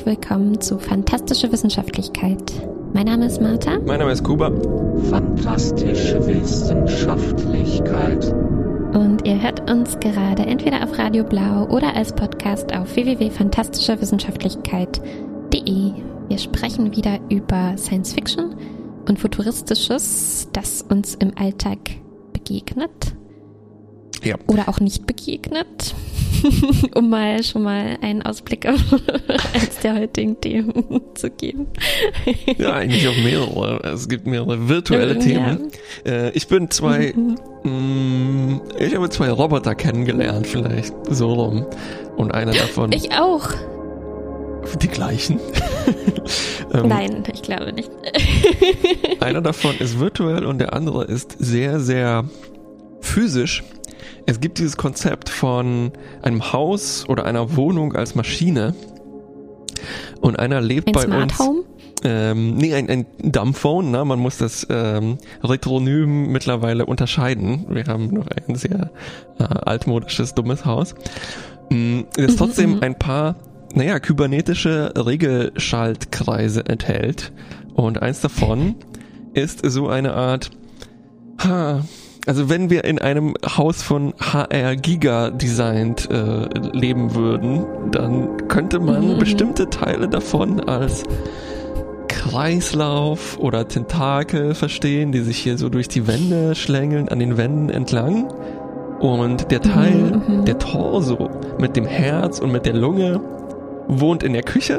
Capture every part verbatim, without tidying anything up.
herzlich willkommen zu Fantastische Wissenschaftlichkeit. Mein Name ist Martha. Mein Name ist Kuba. Fantastische Wissenschaftlichkeit. Und ihr hört uns gerade entweder auf Radio Blau oder als Podcast auf w w w punkt fantastischer wissenschaftlichkeit punkt d e. Wir sprechen wieder über Science Fiction und Futuristisches, das uns im Alltag begegnet. Ja. Oder auch nicht begegnet, um mal schon mal einen Ausblick auf eines der heutigen Themen zu geben. Ja, eigentlich auch mehrere. Es gibt mehrere virtuelle Themen. Ja. Äh, ich bin zwei, mh, ich habe zwei Roboter kennengelernt, vielleicht so rum. Und einer davon. Ich auch. Die gleichen? ähm, Nein, ich glaube nicht. Einer davon ist virtuell und der andere ist sehr, sehr physisch. Es gibt dieses Konzept von einem Haus oder einer Wohnung als Maschine und einer lebt ein bei Smart uns. Home? Ähm, nee, ein, ein Dumbphone, ne? Man muss das ähm, Retronym mittlerweile unterscheiden. Wir haben noch ein sehr äh, altmodisches, dummes Haus. Ähm, das trotzdem ein paar, naja, kybernetische Regelschaltkreise enthält. Und eins davon ist so eine Art, ha, also wenn wir in einem Haus von H R Giga designt äh, leben würden, dann könnte man mhm. bestimmte Teile davon als Kreislauf oder Tentakel verstehen, die sich hier so durch die Wände schlängeln, an den Wänden entlang. Und der Teil, mhm. der Torso mit dem Herz und mit der Lunge wohnt in der Küche.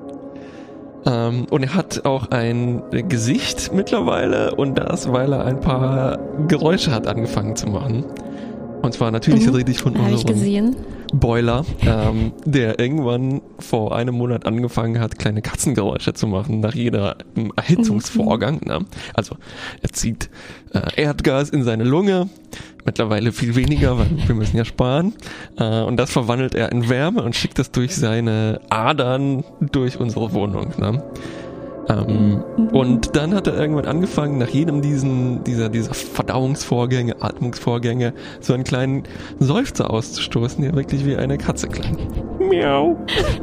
Ähm, und er hat auch ein Gesicht mittlerweile und das, weil er ein paar Geräusche hat angefangen zu machen. Und zwar natürlich mhm. rede ich von unserem Boiler, ähm, der irgendwann vor einem Monat angefangen hat, kleine Katzengeräusche zu machen nach jeder Erhitzungsvorgang. Mhm. Ne? Also er zieht äh, Erdgas in seine Lunge, mittlerweile viel weniger, weil wir müssen ja sparen. Äh, und das verwandelt er in Wärme und schickt das durch seine Adern durch unsere Wohnung. Ne? Ähm, mhm. Und dann hat er irgendwann angefangen, nach jedem diesen, dieser, dieser Verdauungsvorgänge, Atmungsvorgänge, so einen kleinen Seufzer auszustoßen, der wirklich wie eine Katze klang. Miau.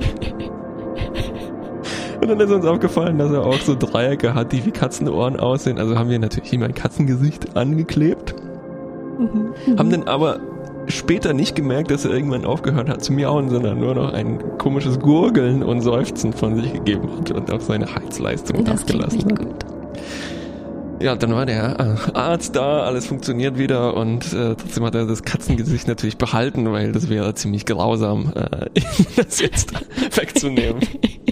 Und dann ist uns aufgefallen, dass er auch so Dreiecke hat, die wie Katzenohren aussehen. Also haben wir natürlich ihm ein Katzengesicht angeklebt. Mhm. Haben dann aber später nicht gemerkt, dass er irgendwann aufgehört hat zu miauen, sondern nur noch ein komisches Gurgeln und Seufzen von sich gegeben hat und auf seine Heizleistung das abgelassen hat. Gut. Ja, dann war der Arzt da, alles funktioniert wieder und äh, trotzdem hat er das Katzengesicht natürlich behalten, weil das wäre ziemlich grausam, äh, das jetzt wegzunehmen.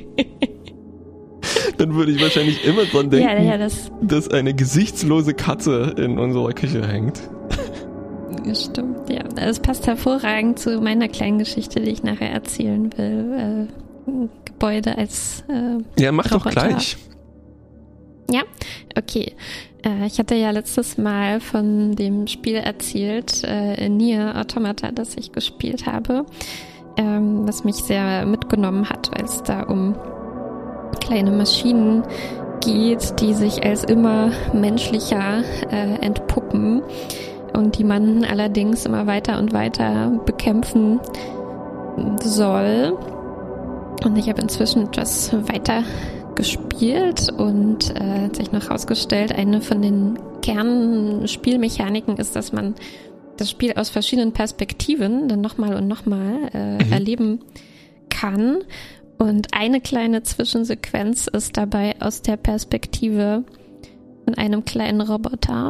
Dann würde ich wahrscheinlich immer dran denken, ja, ja, das dass eine gesichtslose Katze in unserer Küche hängt. Stimmt, ja. Das passt hervorragend zu meiner kleinen Geschichte, die ich nachher erzählen will. Äh, Gebäude als äh, Ja, mach Roboter. Doch gleich. Ja, okay. Äh, ich hatte ja letztes Mal von dem Spiel erzählt, äh, Nier Automata, das ich gespielt habe, ähm, was mich sehr mitgenommen hat, weil es da um kleine Maschinen geht, die sich als immer menschlicher äh, entpuppen. Und die man allerdings immer weiter und weiter bekämpfen soll. Und ich habe inzwischen etwas weiter gespielt und äh, hat sich noch herausgestellt, eine von den Kernspielmechaniken ist, dass man das Spiel aus verschiedenen Perspektiven dann nochmal und nochmal äh, mhm. erleben kann. Und eine kleine Zwischensequenz ist dabei aus der Perspektive von einem kleinen Roboter.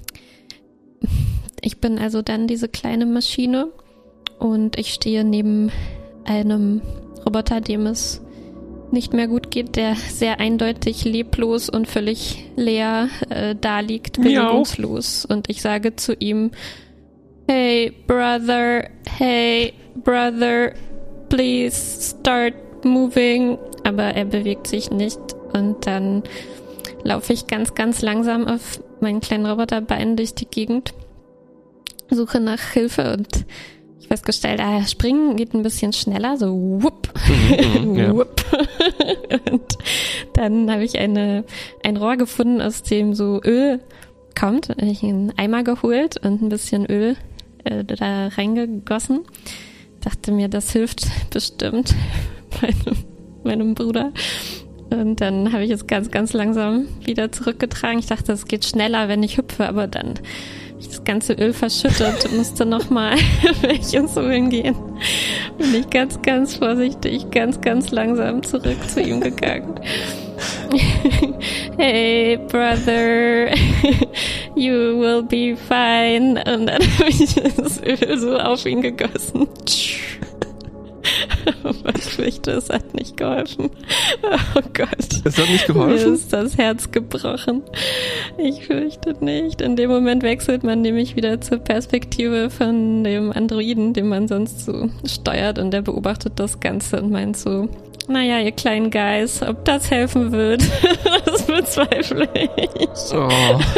Ich bin also dann diese kleine Maschine und ich stehe neben einem Roboter, dem es nicht mehr gut geht, der sehr eindeutig leblos und völlig leer äh, da liegt, bewegungslos. Und ich sage zu ihm, hey brother, hey brother, please start moving. Aber er bewegt sich nicht und dann laufe ich ganz, ganz langsam auf meinen kleinen Roboterbeinen durch die Gegend, suche nach Hilfe und ich festgestellt, ah, springen geht ein bisschen schneller, so wupp, mhm, ja. wupp. Und dann habe ich eine ein Rohr gefunden, aus dem so Öl kommt. Habe ich einen Eimer geholt und ein bisschen Öl äh, da reingegossen. Dachte mir, das hilft bestimmt meinem meinem Bruder. Und dann habe ich es ganz, ganz langsam wieder zurückgetragen. Ich dachte, es geht schneller, wenn ich hüpfe, aber dann habe ich das ganze Öl verschüttet, musste nochmal welches holen gehen. Bin ich ganz, ganz vorsichtig, ganz, ganz langsam zurück zu ihm gegangen. Hey, brother, you will be fine. Und dann habe ich das Öl so auf ihn gegossen. Aber ich fürchte, es hat nicht geholfen. Oh Gott. Es hat nicht geholfen? Mir ist das Herz gebrochen. Ich fürchte nicht. In dem Moment wechselt man nämlich wieder zur Perspektive von dem Androiden, den man sonst so steuert, und der beobachtet das Ganze und meint so, naja, ihr kleinen Guys, ob das helfen wird, das bezweifle ich. Oh.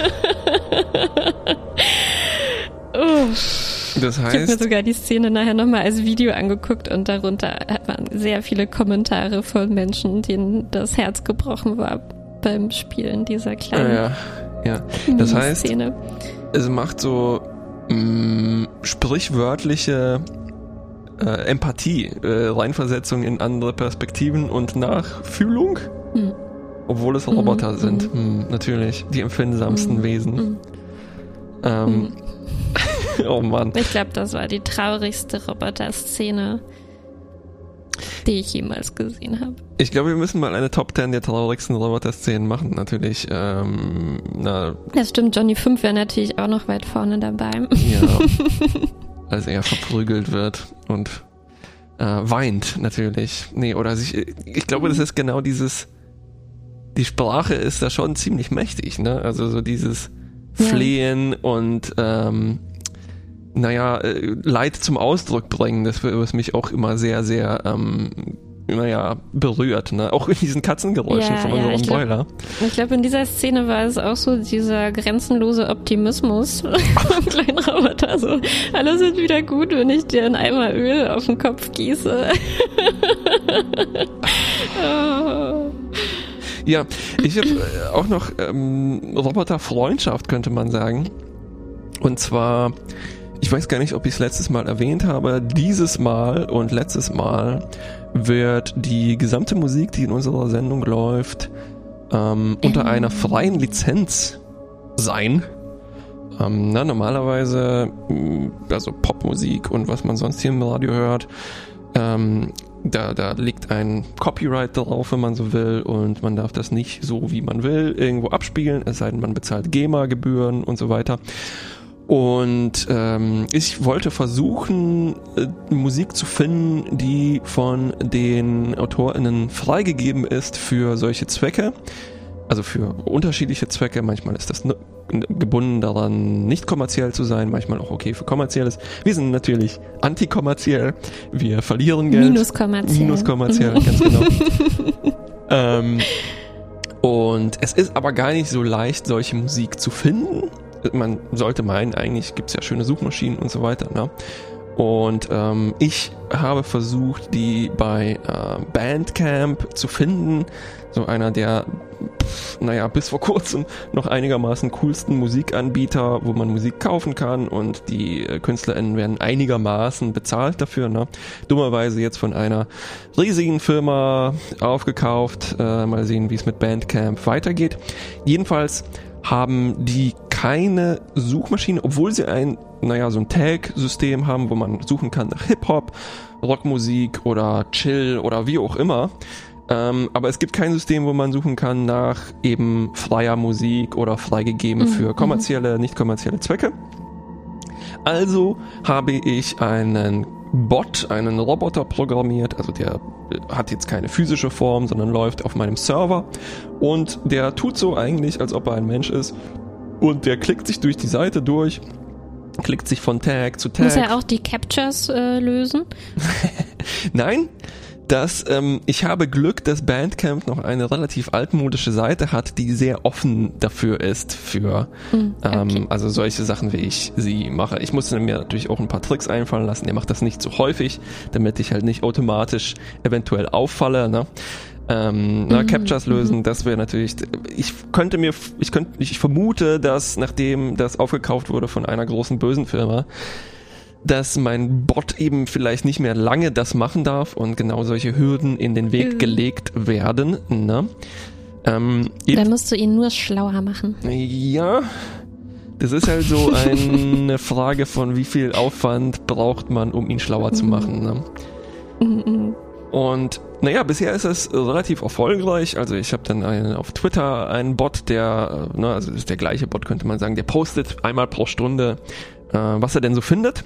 Oh. Das heißt, ich habe mir sogar die Szene nachher nochmal als Video angeguckt und darunter hat man sehr viele Kommentare von Menschen, denen das Herz gebrochen war beim Spielen dieser kleinen ja, ja. Das heißt, Szene. Es macht so mh, sprichwörtliche äh, Empathie, äh, Reinversetzung in andere Perspektiven und Nachfühlung, hm. obwohl es Roboter mhm, sind. Hm, natürlich, die empfindsamsten mhm. Wesen. Mhm. Ähm, mhm. Oh Mann. Ich glaube, das war die traurigste Roboter-Szene, die ich jemals gesehen habe. Ich glaube, wir müssen mal eine Top zehn der traurigsten Roboter-Szenen machen, natürlich. Ähm, na, das stimmt, Johnny fünf wäre natürlich auch noch weit vorne dabei. Ja, als er verprügelt wird und äh, weint natürlich. Nee, oder sich, ich glaube, das ist genau dieses, die Sprache ist da schon ziemlich mächtig, ne? Also so dieses Flehen ja. und ähm, naja, Leid zum Ausdruck bringen, das was mich auch immer sehr, sehr, ähm, naja, berührt, ne? Auch in diesen Katzengeräuschen ja, von ja, unserem Boiler. Ich glaube, in dieser Szene war es auch so dieser grenzenlose Optimismus vom kleinen Roboter. So, alles wird wieder gut, wenn ich dir einen Eimer Öl auf den Kopf gieße. Oh. Ja, ich habe auch noch ähm, Roboterfreundschaft, könnte man sagen. Und zwar, ich weiß gar nicht, ob ich es letztes Mal erwähnt habe, dieses Mal und letztes Mal wird die gesamte Musik, die in unserer Sendung läuft, ähm, unter ähm. einer freien Lizenz sein. Ähm, na, normalerweise, also Popmusik und was man sonst hier im Radio hört, ähm, Da, da liegt ein Copyright drauf, wenn man so will, und man darf das nicht so, wie man will, irgendwo abspielen, es sei denn, man bezahlt GEMA-Gebühren und so weiter. Und ähm, ich wollte versuchen, äh, Musik zu finden, die von den AutorInnen freigegeben ist für solche Zwecke, also für unterschiedliche Zwecke. Manchmal ist das gebunden daran, nicht kommerziell zu sein, manchmal auch okay für kommerzielles. Wir sind natürlich antikommerziell, wir verlieren Geld. Minuskommerziell. Minuskommerziell, ganz genau. ähm, und es ist aber gar nicht so leicht, solche Musik zu finden. Man sollte meinen, eigentlich gibt's ja schöne Suchmaschinen und so weiter, ne? Und ähm, ich habe versucht, die bei äh, Bandcamp zu finden, so einer der, pff, naja, bis vor kurzem noch einigermaßen coolsten Musikanbieter, wo man Musik kaufen kann, und die äh, KünstlerInnen werden einigermaßen bezahlt dafür, ne? Dummerweise jetzt von einer riesigen Firma aufgekauft. Äh, mal sehen, wie es mit Bandcamp weitergeht. Jedenfalls haben die keine Suchmaschine, obwohl sie ein, naja, so ein Tag-System haben, wo man suchen kann nach Hip-Hop, Rockmusik oder Chill oder wie auch immer. Ähm, aber es gibt kein System, wo man suchen kann nach eben freier Musik oder freigegeben mhm. für kommerzielle, nicht kommerzielle Zwecke. Also habe ich einen Bot, einen Roboter programmiert, also der hat jetzt keine physische Form, sondern läuft auf meinem Server, und der tut so eigentlich, als ob er ein Mensch ist, und der klickt sich durch die Seite durch, klickt sich von Tag zu Tag. Muss er auch die Captures äh, lösen? Nein, dass ähm, ich habe Glück, dass Bandcamp noch eine relativ altmodische Seite hat, die sehr offen dafür ist für mm, okay. ähm, also solche Sachen, wie ich sie mache. Ich musste mir natürlich auch ein paar Tricks einfallen lassen. Er macht das nicht so häufig, damit ich halt nicht automatisch eventuell auffalle, ne? Ähm, na, mm, Captures lösen, mm. das wäre natürlich, ich könnte mir, ich könnte, ich vermute, dass nachdem das aufgekauft wurde von einer großen bösen Firma, dass mein Bot eben vielleicht nicht mehr lange das machen darf und genau solche Hürden in den Weg mhm. gelegt werden. Ne? Ähm, Dann musst du ihn nur schlauer machen. Ja, das ist halt so eine Frage von, wie viel Aufwand braucht man, um ihn schlauer mhm. zu machen. Ne? Mhm. Und naja, bisher ist es relativ erfolgreich. Also ich habe dann einen, auf Twitter einen Bot, der, ne, also das ist der gleiche Bot, könnte man sagen, der postet einmal pro Stunde, äh, was er denn so findet.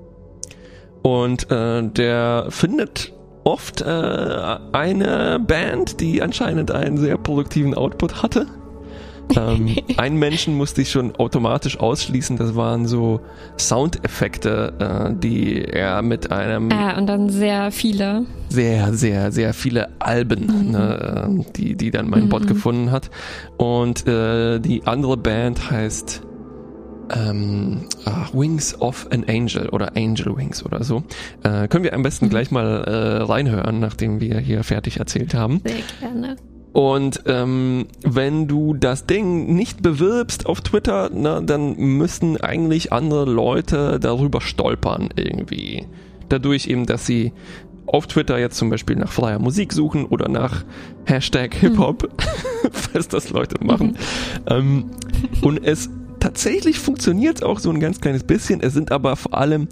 Und äh, der findet oft äh, eine Band, die anscheinend einen sehr produktiven Output hatte. ähm, einen Menschen musste ich schon automatisch ausschließen, das waren so Soundeffekte, äh, die er mit einem... Ah, und dann sehr viele. Sehr, sehr, sehr viele Alben, mhm. ne, die, die dann mein mhm. Bot gefunden hat. Und äh, die andere Band heißt ähm, ach, Wings of an Angel oder Angel Wings oder so. Äh, können wir am besten mhm. gleich mal äh, reinhören, nachdem wir hier fertig erzählt haben. Sehr gerne. Und ähm, wenn du das Ding nicht bewirbst auf Twitter, na, dann müssen eigentlich andere Leute darüber stolpern irgendwie. Dadurch eben, dass sie auf Twitter jetzt zum Beispiel nach freier Musik suchen oder nach Hashtag Hip-Hop, mhm. falls das Leute machen. Mhm. Ähm, und es tatsächlich funktioniert auch so ein ganz kleines bisschen. Es sind aber vor allem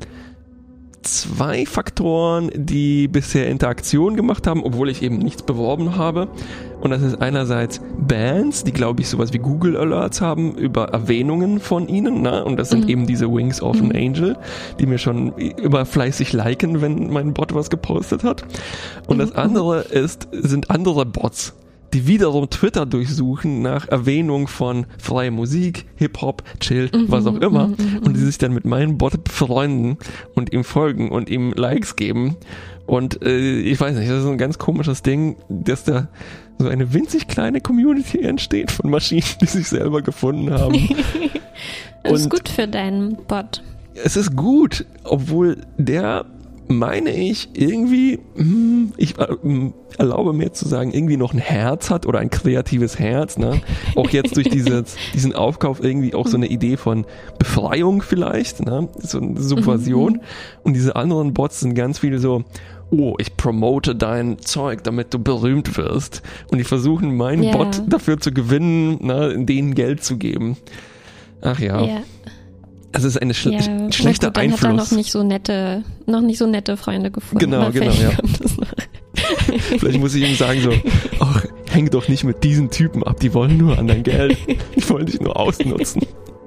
zwei Faktoren, die bisher Interaktion gemacht haben, obwohl ich eben nichts beworben habe. Und das ist einerseits Bands, die, glaube ich, sowas wie Google Alerts haben über Erwähnungen von ihnen. Ne? Und das sind mhm. eben diese Wings of an Angel, die mir schon immer fleißig liken, wenn mein Bot was gepostet hat. Und mhm. das andere ist, sind andere Bots, die wiederum Twitter durchsuchen nach Erwähnung von freie Musik, Hip-Hop, Chill, mhm, was auch immer, mhm, und die sich dann mit meinem Bot befreunden und ihm folgen und ihm Likes geben. Und äh, ich weiß nicht, das ist so ein ganz komisches Ding, dass da so eine winzig kleine Community entsteht von Maschinen, die sich selber gefunden haben. Das ist gut für deinen Bot. Es ist gut, obwohl der, meine ich, irgendwie, ich erlaube mir zu sagen, irgendwie noch ein Herz hat oder ein kreatives Herz, ne? Auch jetzt durch dieses, diesen Aufkauf irgendwie auch so eine Idee von Befreiung vielleicht, ne? So eine Subversion. Mhm. Und diese anderen Bots sind ganz viel so, oh, ich promote dein Zeug, damit du berühmt wirst. Und die versuchen, meinen yeah. Bot dafür zu gewinnen, ne? Denen Geld zu geben. Ach ja. Yeah. Es ist eine schle ja, sch schlechter gut, dann Einfluss. Hat er noch nicht so nette, noch nicht so nette Freunde gefunden. Genau, genau, ja. Vielleicht muss ich ihm sagen so, ach, häng doch nicht mit diesen Typen ab, die wollen nur an dein Geld. Die wollen dich nur ausnutzen.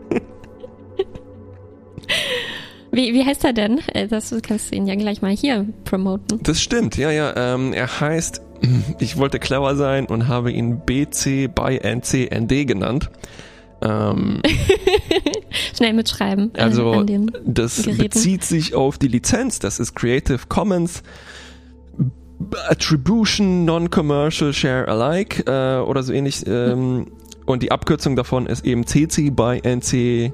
Wie, wie heißt er denn? Das kannst du ihn ja gleich mal hier promoten. Das stimmt, ja, ja. Ähm, er heißt, ich wollte clever sein und habe ihn B C by N C N D genannt. Ähm, Schnell mitschreiben. Äh, also an den das Geräten. Bezieht sich auf die Lizenz, das ist Creative Commons Attribution Non-Commercial Share Alike äh, oder so ähnlich. Ähm, mhm. Und die Abkürzung davon ist eben C C by N C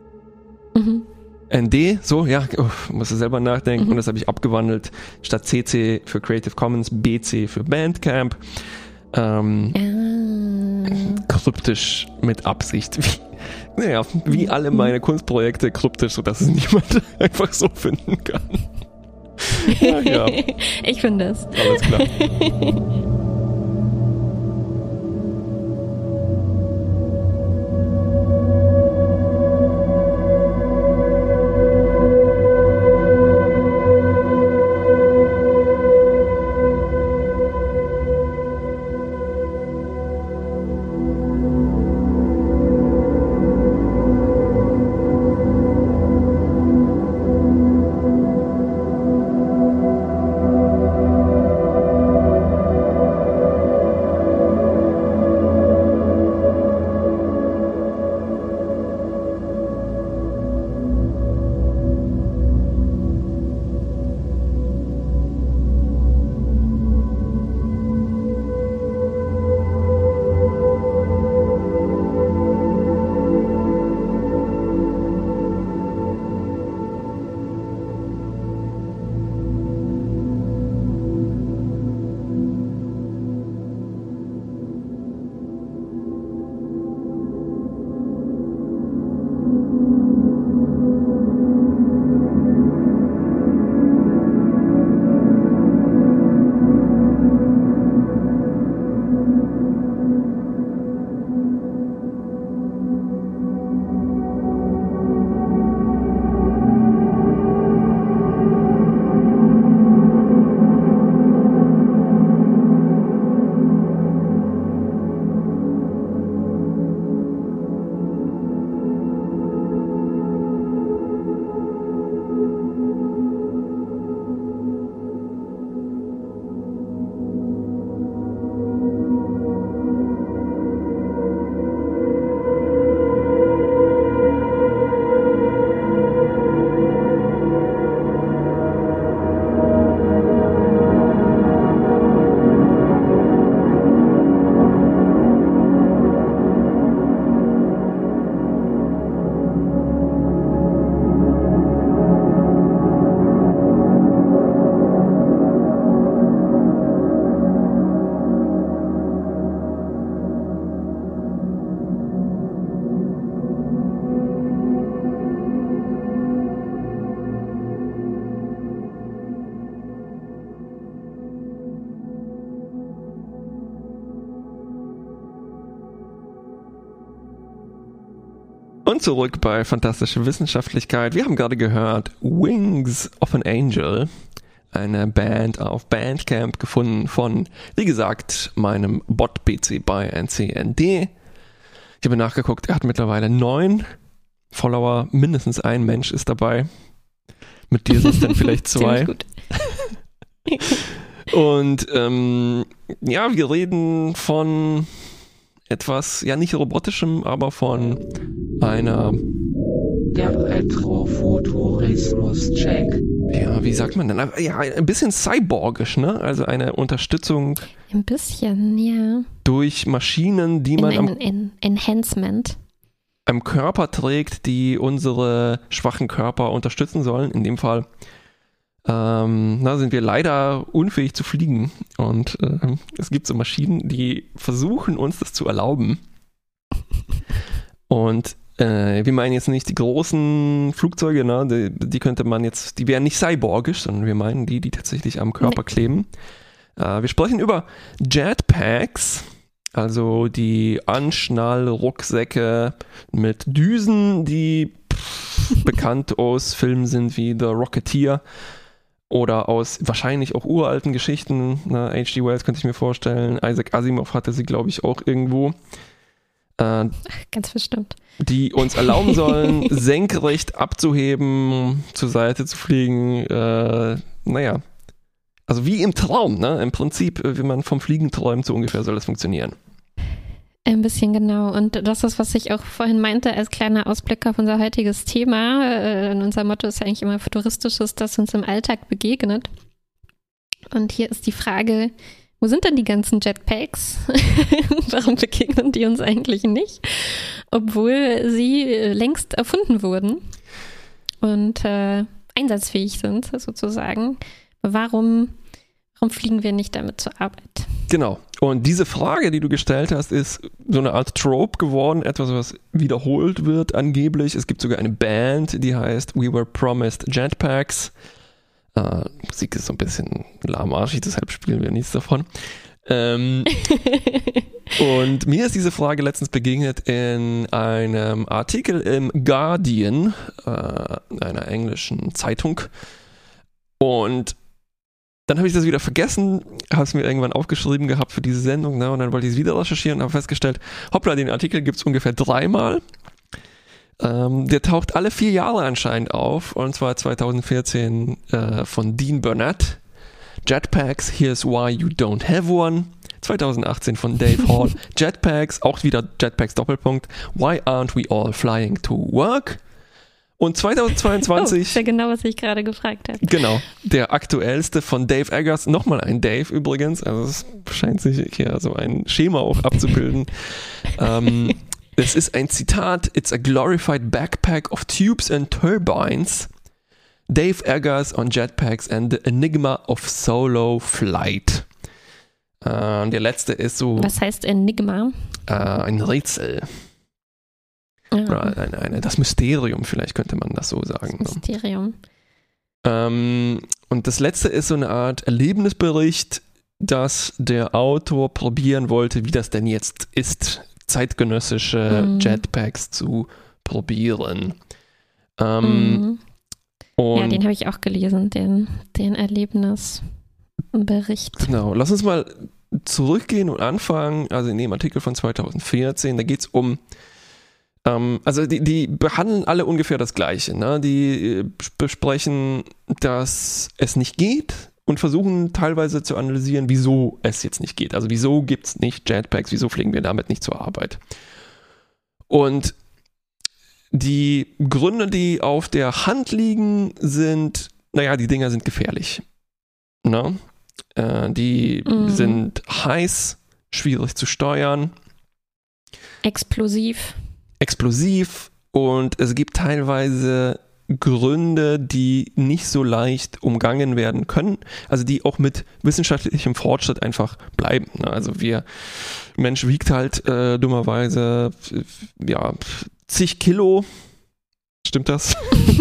N D. Mhm. So, ja, oh, muss ich selber nachdenken. Mhm. Und das habe ich abgewandelt. Statt C C für Creative Commons, B C für Bandcamp. Ähm, ah. Kryptisch mit Absicht. Wie, naja, wie alle meine Kunstprojekte kryptisch, sodass es niemand einfach so finden kann. Ja, ja. Ich finde es. Alles klar. Und zurück bei Fantastische Wissenschaftlichkeit. Wir haben gerade gehört Wings of an Angel, eine Band auf Bandcamp gefunden von, wie gesagt, meinem Bot-P C bei N C N D. Ich habe nachgeguckt, er hat mittlerweile neun Follower, mindestens ein Mensch ist dabei. Mit dir sind es dann vielleicht zwei. Gut. Und ähm, ja, wir reden von etwas, ja nicht robotischem, aber von einer... Der Retrofuturismus-Check. Ja, wie sagt man denn? Ja, ein bisschen cyborgisch, ne? Also eine Unterstützung... Ein bisschen, ja. Durch Maschinen, die man in, am, in, in Enhancement. am Körper trägt, die unsere schwachen Körper unterstützen sollen. In dem Fall ähm, na, sind wir leider unfähig zu fliegen. Und äh, es gibt so Maschinen, die versuchen, uns das zu erlauben. Und äh, wir meinen jetzt nicht die großen Flugzeuge, ne? die, die könnte man jetzt, die wären nicht cyborgisch, sondern wir meinen die, die tatsächlich am Körper nee. kleben. Äh, wir sprechen über Jetpacks, also die Anschnall-Rucksäcke mit Düsen, die pff, bekannt aus Filmen sind wie The Rocketeer oder aus wahrscheinlich auch uralten Geschichten. Ne? H G Wells könnte ich mir vorstellen. Isaac Asimov hatte sie, glaube ich, auch irgendwo. Äh, Ganz bestimmt. Die uns erlauben sollen, senkrecht abzuheben, zur Seite zu fliegen. Äh, naja, also wie im Traum, ne? Im Prinzip, wie man vom Fliegen träumt, so ungefähr soll das funktionieren. Ein bisschen genau. Und das ist, was ich auch vorhin meinte, als kleiner Ausblick auf unser heutiges Thema. Äh, unser Motto ist ja eigentlich immer Futuristisches, das uns im Alltag begegnet. Und hier ist die Frage, wo sind denn die ganzen Jetpacks? Warum begegnen die uns eigentlich nicht? Obwohl sie längst erfunden wurden und äh, einsatzfähig sind, sozusagen. Warum, warum fliegen wir nicht damit zur Arbeit? Genau. Und diese Frage, die du gestellt hast, ist so eine Art Trope geworden, etwas, was wiederholt wird angeblich. Es gibt sogar eine Band, die heißt We Were Promised Jetpacks. Uh, Musik ist so ein bisschen lahmarschig, deshalb spielen wir nichts davon. Ähm, und mir ist diese Frage letztens begegnet in einem Artikel im Guardian, äh, einer englischen Zeitung. Und dann habe ich das wieder vergessen, habe es mir irgendwann aufgeschrieben gehabt für diese Sendung, ne? Und dann wollte ich es wieder recherchieren und habe festgestellt, hoppla, den Artikel gibt es ungefähr dreimal. Ähm, der taucht alle vier Jahre anscheinend auf, und zwar zwanzig vierzehn äh, von Dean Burnett. Jetpacks, Here's Why You Don't Have One. zwanzig achtzehn von Dave Hall. Jetpacks, auch wieder Jetpacks Doppelpunkt. Why Aren't We All Flying to Work? Und zwanzig zweiundzwanzig... Oh, das ist ja genau, was ich gerade gefragt habe. Genau, der aktuellste von Dave Eggers. Nochmal ein Dave übrigens. Also es scheint sich hier so ein Schema auch abzubilden. ähm... Es ist ein Zitat, it's a glorified backpack of tubes and turbines. Dave Eggers on Jetpacks and the Enigma of Solo Flight. Äh, der letzte ist so... Was heißt Enigma? Äh, ein Rätsel. Ja. Oder eine, eine, das Mysterium, vielleicht könnte man das so sagen. Das Mysterium. Ähm, und das letzte ist so eine Art Erlebnisbericht, dass der Autor probieren wollte, wie das denn jetzt ist, zeitgenössische mm. Jetpacks zu probieren. Ähm, mm. und ja, den habe ich auch gelesen, den, den Erlebnisbericht. Genau, lass uns mal zurückgehen und anfangen, also in dem Artikel von zwanzig vierzehn, da geht es um, ähm, also die, die behandeln alle ungefähr das Gleiche, ne? Die besprechen, dass es nicht geht, und versuchen teilweise zu analysieren, wieso es jetzt nicht geht. Also wieso gibt es nicht Jetpacks, wieso fliegen wir damit nicht zur Arbeit? Und die Gründe, die auf der Hand liegen, sind, naja, die Dinger sind gefährlich. Ne? Äh, die mhm. sind heiß, schwierig zu steuern. Explosiv. Explosiv, und es gibt teilweise Gründe, die nicht so leicht umgangen werden können, also die auch mit wissenschaftlichem Fortschritt einfach bleiben. Ne? Also wir, Mensch wiegt halt äh, dummerweise ja zig Kilo. Stimmt das?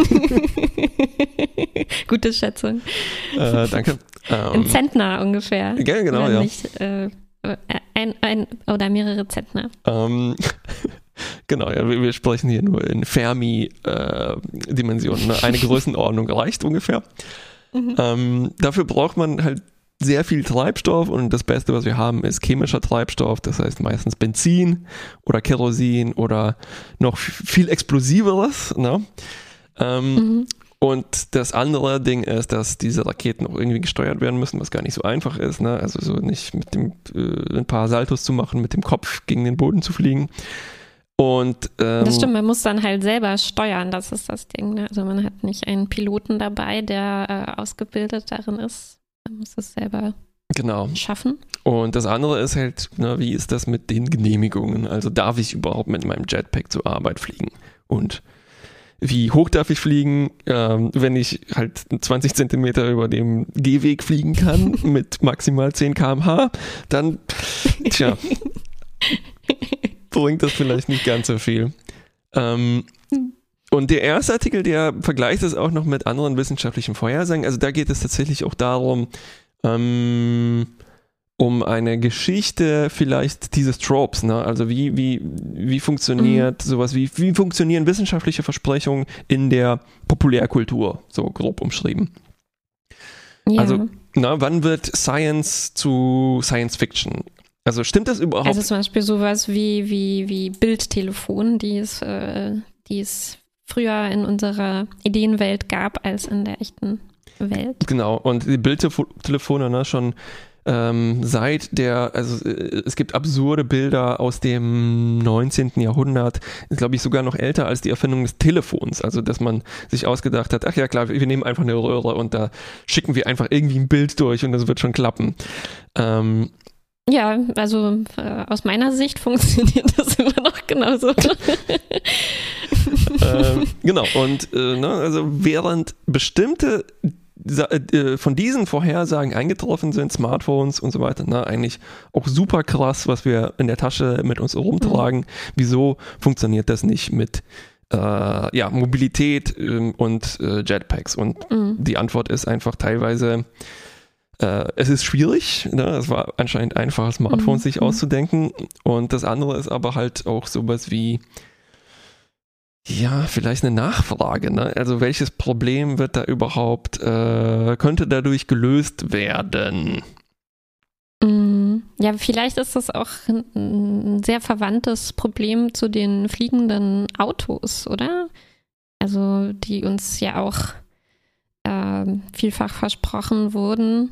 Gute Schätzung. Äh, danke. Ähm, Ein Zentner ungefähr. Ja, genau, oder ja. Nicht, äh, ein, ein oder mehrere Zentner. Ähm, Genau, ja, wir, wir sprechen hier nur in Fermi-Dimensionen. Äh, ne? Eine Größenordnung reicht ungefähr. Mhm. Ähm, dafür braucht man halt sehr viel Treibstoff und das Beste, was wir haben, ist chemischer Treibstoff, das heißt meistens Benzin oder Kerosin oder noch viel explosiveres. Ne? Ähm, mhm. Und das andere Ding ist, dass diese Raketen auch irgendwie gesteuert werden müssen, was gar nicht so einfach ist. Ne? Also so nicht mit dem äh, ein paar Saltos zu machen, mit dem Kopf gegen den Boden zu fliegen. Und, ähm, das stimmt, man muss dann halt selber steuern, das ist das Ding. Ne? Also man hat nicht einen Piloten dabei, der äh, ausgebildet darin ist. Man muss es selber genau. schaffen. Und das andere ist halt, ne, wie ist das mit den Genehmigungen? Also darf ich überhaupt mit meinem Jetpack zur Arbeit fliegen? Und wie hoch darf ich fliegen, ähm, wenn ich halt zwanzig Zentimeter über dem Gehweg fliegen kann mit maximal zehn Kilometer pro Stunde, dann, tja, bringt das vielleicht nicht ganz so viel. Ähm, und der erste Artikel, der vergleicht es auch noch mit anderen wissenschaftlichen Vorhersagen. Also da geht es tatsächlich auch darum, ähm, um eine Geschichte vielleicht dieses Tropes, ne? Also wie, wie, wie funktioniert mhm. sowas, wie, wie funktionieren wissenschaftliche Versprechungen in der Populärkultur, so grob umschrieben. Ja. Also, na, wann wird Science zu Science Fiction? Also stimmt das überhaupt? Also zum Beispiel sowas wie, wie, wie Bildtelefon, die es, äh, die es früher in unserer Ideenwelt gab als in der echten Welt. Genau, und die Bildtelefone, ne, schon Ähm, seit der, also äh, es gibt absurde Bilder aus dem neunzehnten Jahrhundert, ist glaube ich sogar noch älter als die Erfindung des Telefons, also dass man sich ausgedacht hat, ach ja klar, wir nehmen einfach eine Röhre und da schicken wir einfach irgendwie ein Bild durch und das wird schon klappen. Ähm, ja, also äh, aus meiner Sicht funktioniert das immer noch genauso. ähm, genau, und äh, ne, also während bestimmte von diesen Vorhersagen eingetroffen sind, Smartphones und so weiter, na, eigentlich auch super krass, was wir in der Tasche mit uns rumtragen. Mhm. Wieso funktioniert das nicht mit äh, ja, Mobilität ähm, und äh, Jetpacks? Und mhm. die Antwort ist einfach teilweise, äh, es ist schwierig, ne? Es war anscheinend einfacher, Smartphones mhm. sich auszudenken. Und das andere ist aber halt auch sowas wie ja, vielleicht eine Nachfrage, ne? Also welches Problem wird da überhaupt, äh, könnte dadurch gelöst werden? Ja, vielleicht ist das auch ein sehr verwandtes Problem zu den fliegenden Autos, oder? Also die uns ja auch äh, vielfach versprochen wurden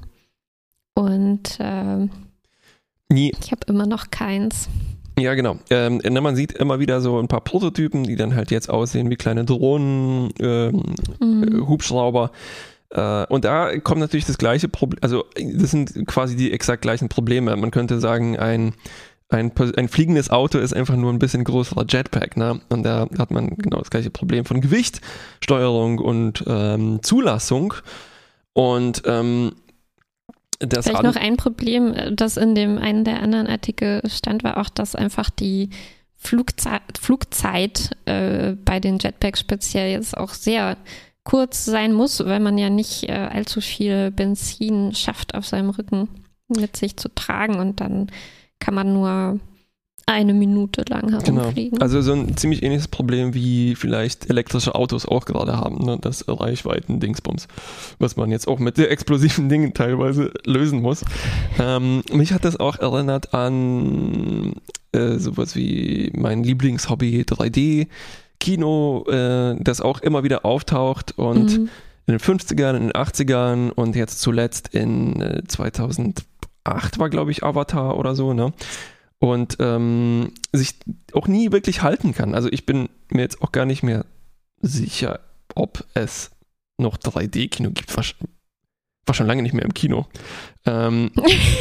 und äh, Nie. ich habe immer noch keins. Ja, genau. Ähm, man sieht immer wieder so ein paar Prototypen, die dann halt jetzt aussehen wie kleine Drohnen, ähm, mhm. Hubschrauber. Äh, und da kommt natürlich das gleiche Problem, also das sind quasi die exakt gleichen Probleme. Man könnte sagen, ein, ein, ein fliegendes Auto ist einfach nur ein bisschen größerer Jetpack, ne? Und da hat man genau das gleiche Problem von Gewicht, Steuerung und ähm, Zulassung. Und ähm, Das Vielleicht noch ein Problem, das in dem einen der anderen Artikel stand, war auch, dass einfach die Flugzeit, Flugzeit äh, bei den Jetpacks speziell jetzt auch sehr kurz sein muss, weil man ja nicht äh, allzu viel Benzin schafft, auf seinem Rücken mit sich zu tragen und dann kann man nur eine Minute lang herumfliegen. Genau. Also so ein ziemlich ähnliches Problem wie vielleicht elektrische Autos auch gerade haben, ne? Das Reichweiten-Dingsbums, was man jetzt auch mit sehr explosiven Dingen teilweise lösen muss. Ähm, mich hat das auch erinnert an äh, sowas wie mein Lieblingshobby drei D Kino, äh, das auch immer wieder auftaucht und mhm. in den fünfzigern, in den achtzigern und jetzt zuletzt in äh, zweitausendacht war, glaube ich, Avatar oder so, ne? Und ähm, sich auch nie wirklich halten kann. Also ich bin mir jetzt auch gar nicht mehr sicher, ob es noch drei D Kino gibt. War schon, war schon lange nicht mehr im Kino. Ähm,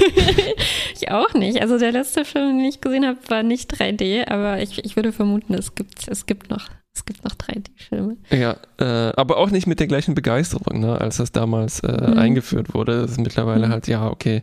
ich auch nicht. Also der letzte Film, den ich gesehen habe, war nicht drei D, aber ich, ich würde vermuten, es gibt, es gibt noch, es gibt noch drei D Filme. Ja, äh, aber auch nicht mit der gleichen Begeisterung, ne, als das damals äh, mhm. eingeführt wurde. Das ist mittlerweile mhm. halt, ja, okay.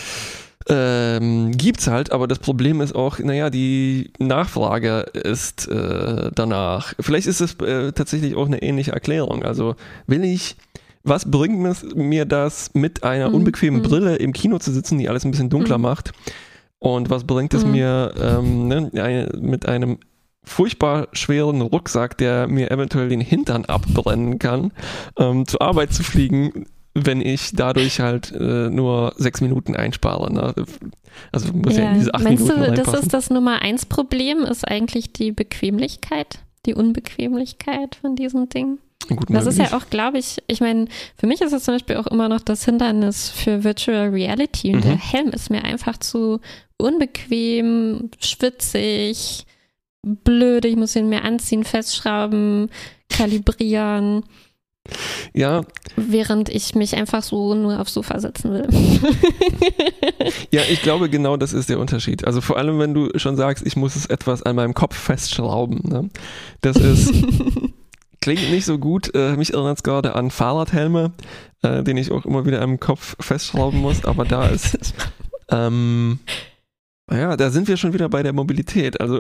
Ähm, gibt's halt, aber das Problem ist auch, naja, die Nachfrage ist äh, danach. Vielleicht ist es äh, tatsächlich auch eine ähnliche Erklärung. Also will ich, was bringt mir das, mit einer mhm. unbequemen mhm. Brille im Kino zu sitzen, die alles ein bisschen dunkler mhm. macht? Und was bringt es mhm. mir, ähm, ne, mit einem furchtbar schweren Rucksack, der mir eventuell den Hintern abbrennen kann, ähm, zur Arbeit zu fliegen, wenn ich dadurch halt äh, nur sechs Minuten einspare. Ne? Also muss ja, ja in diese acht Meinst Minuten du, reinpassen. das ist das Nummer eins Problem, ist eigentlich die Bequemlichkeit, die Unbequemlichkeit von diesen Dingen? Gut, das ist ja auch, glaube ich, ich meine, für mich ist es zum Beispiel auch immer noch das Hindernis für Virtual Reality und mhm. der Helm ist mir einfach zu unbequem, schwitzig, blöd, ich muss ihn mir anziehen, festschrauben, kalibrieren. Ja. Während ich mich einfach so nur aufs Sofa setzen will. Ja, ich glaube, genau das ist der Unterschied. Also vor allem, wenn du schon sagst, ich muss es etwas an meinem Kopf festschrauben. Ne? Das ist, klingt nicht so gut. Äh, mich erinnert es gerade an Fahrradhelme, äh, den ich auch immer wieder am Kopf festschrauben muss. Aber da ist, ähm, ja, da sind wir schon wieder bei der Mobilität. Also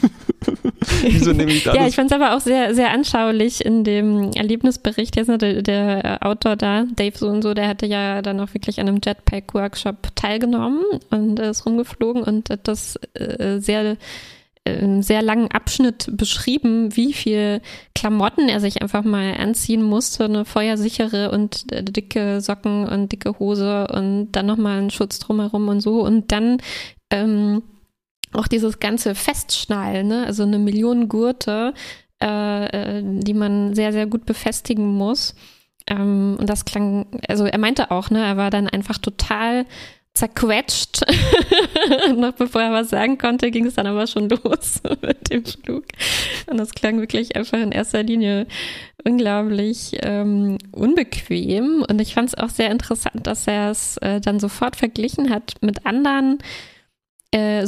wieso nehme ich da Ja, das? ich fand es aber auch sehr, sehr anschaulich in dem Erlebnisbericht. Jetzt der, der Autor da, Dave so und so, der hatte ja dann auch wirklich an einem Jetpack-Workshop teilgenommen und ist rumgeflogen und hat das äh, sehr einen sehr langen Abschnitt beschrieben, wie viel Klamotten er sich einfach mal anziehen musste, eine feuersichere und äh, dicke Socken und dicke Hose und dann nochmal einen Schutz drumherum und so und dann ähm, auch dieses ganze Festschnallen, ne? Also eine Million Gurte, äh, die man sehr, sehr gut befestigen muss. Ähm, und das klang, also er meinte auch, ne, er war dann einfach total zerquetscht. Noch bevor er was sagen konnte, ging es dann aber schon los mit dem Flug. Und das klang wirklich einfach in erster Linie unglaublich ähm, unbequem. Und ich fand es auch sehr interessant, dass er es äh, dann sofort verglichen hat mit anderen Äh,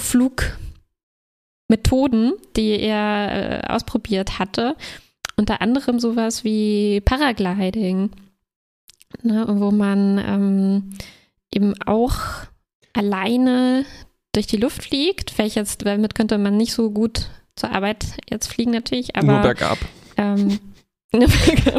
Solo-Flug-Methoden, die er äh, ausprobiert hatte. Unter anderem sowas wie Paragliding, ne, wo man ähm, eben auch alleine durch die Luft fliegt. Welches, damit könnte man nicht so gut zur Arbeit jetzt fliegen natürlich, aber nur bergab. Ähm, nur bergab.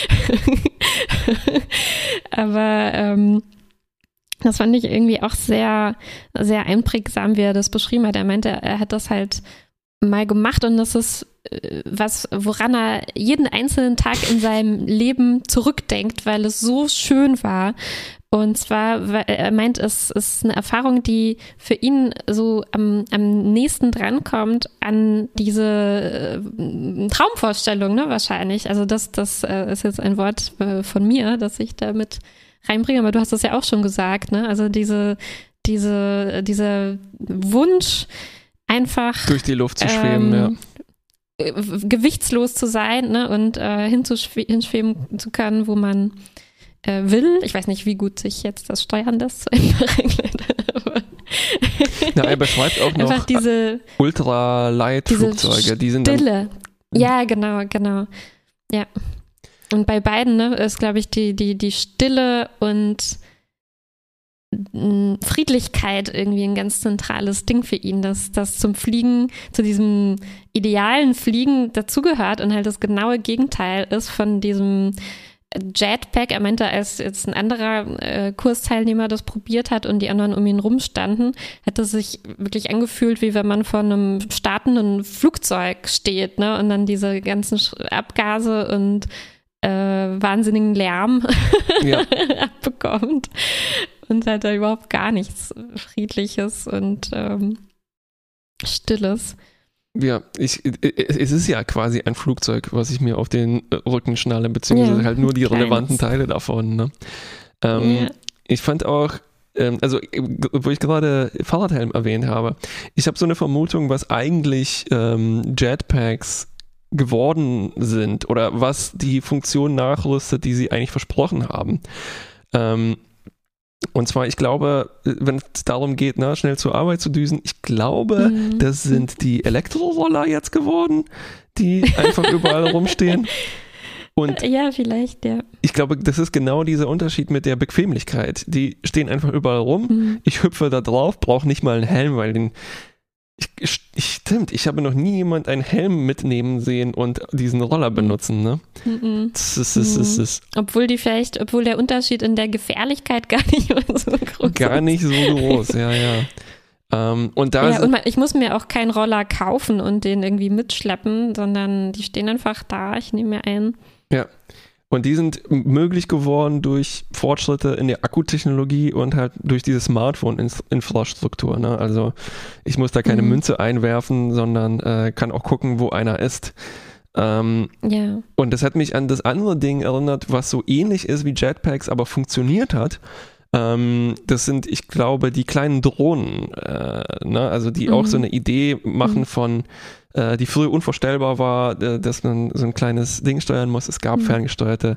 aber ähm, das fand ich irgendwie auch sehr, sehr einprägsam, wie er das beschrieben hat. Er meinte, er hat das halt mal gemacht und das ist was, woran er jeden einzelnen Tag in seinem Leben zurückdenkt, weil es so schön war. Und zwar, weil er meint, es ist eine Erfahrung, die für ihn so am, am nächsten drankommt an diese äh, Traumvorstellung, ne, wahrscheinlich. Also das, das äh, ist jetzt ein Wort äh, von mir, das ich damit reinbringe, aber du hast das ja auch schon gesagt, ne? Also diese, diese, dieser Wunsch, einfach durch die Luft zu schweben, ähm, ja. gewichtslos zu sein, ne? Und äh, hinzuschw- hinschweben zu können, wo man äh, will. Ich weiß nicht, wie gut sich jetzt das Steuern lässt zu einem Paraglider. Na, er beschreibt auch noch einfach diese Ultralight-Flugzeuge, die sind Stille. Dann, ja, genau, genau. Ja. Und bei beiden, ne, ist, glaube ich, die, die, die Stille und mh, Friedlichkeit irgendwie ein ganz zentrales Ding für ihn, dass das zum Fliegen, zu diesem idealen Fliegen dazugehört und halt das genaue Gegenteil ist von diesem Jetpack. Er meinte, als jetzt ein anderer äh, Kursteilnehmer das probiert hat und die anderen um ihn rumstanden, hat es sich wirklich angefühlt, wie wenn man vor einem startenden Flugzeug steht, ne, und dann diese ganzen Abgase und Äh, wahnsinnigen Lärm ja. abbekommt und halt da überhaupt gar nichts Friedliches und ähm, Stilles. Ja, ich, es ist ja quasi ein Flugzeug, was ich mir auf den Rücken schnalle, beziehungsweise ja, halt nur die kleines. relevanten Teile davon. Ne? Ähm, ja. Ich fand auch, ähm, also wo ich gerade Fahrradhelm erwähnt habe, ich habe so eine Vermutung, was eigentlich ähm, Jetpacks geworden sind oder was die Funktion nachrüstet, die sie eigentlich versprochen haben. Ähm, und zwar, ich glaube, wenn es darum geht, na, schnell zur Arbeit zu düsen, ich glaube, mhm. das sind die Elektroroller jetzt geworden, die einfach überall rumstehen. Und ja, vielleicht, ja. Ich glaube, das ist genau dieser Unterschied mit der Bequemlichkeit. Die stehen einfach überall rum. Mhm. Ich hüpfe da drauf, brauche nicht mal einen Helm, weil den Ich, ich, stimmt, ich habe noch nie jemand einen Helm mitnehmen sehen und diesen Roller benutzen, ne? Mm-mm. Das ist, das ist, das ist. Obwohl die vielleicht, obwohl der Unterschied in der Gefährlichkeit gar nicht so groß ist. Gar nicht so groß, ja, ja. Ähm, und da ja, und man, ich muss mir auch keinen Roller kaufen und den irgendwie mitschleppen, sondern die stehen einfach da, ich nehme mir einen. Ja, und die sind möglich geworden durch Fortschritte in der Akkutechnologie und halt durch diese Smartphone-Infrastruktur. Ne? Also ich muss da keine mhm. Münze einwerfen, sondern äh, kann auch gucken, wo einer ist. Ähm, ja. Und das hat mich an das andere Ding erinnert, was so ähnlich ist wie Jetpacks, aber funktioniert hat. Ähm, das sind, ich glaube, die kleinen Drohnen, äh, ne? Also die mhm. auch so eine Idee machen mhm. von, äh, die früher unvorstellbar war, äh, dass man so ein kleines Ding steuern muss. Es gab mhm. ferngesteuerte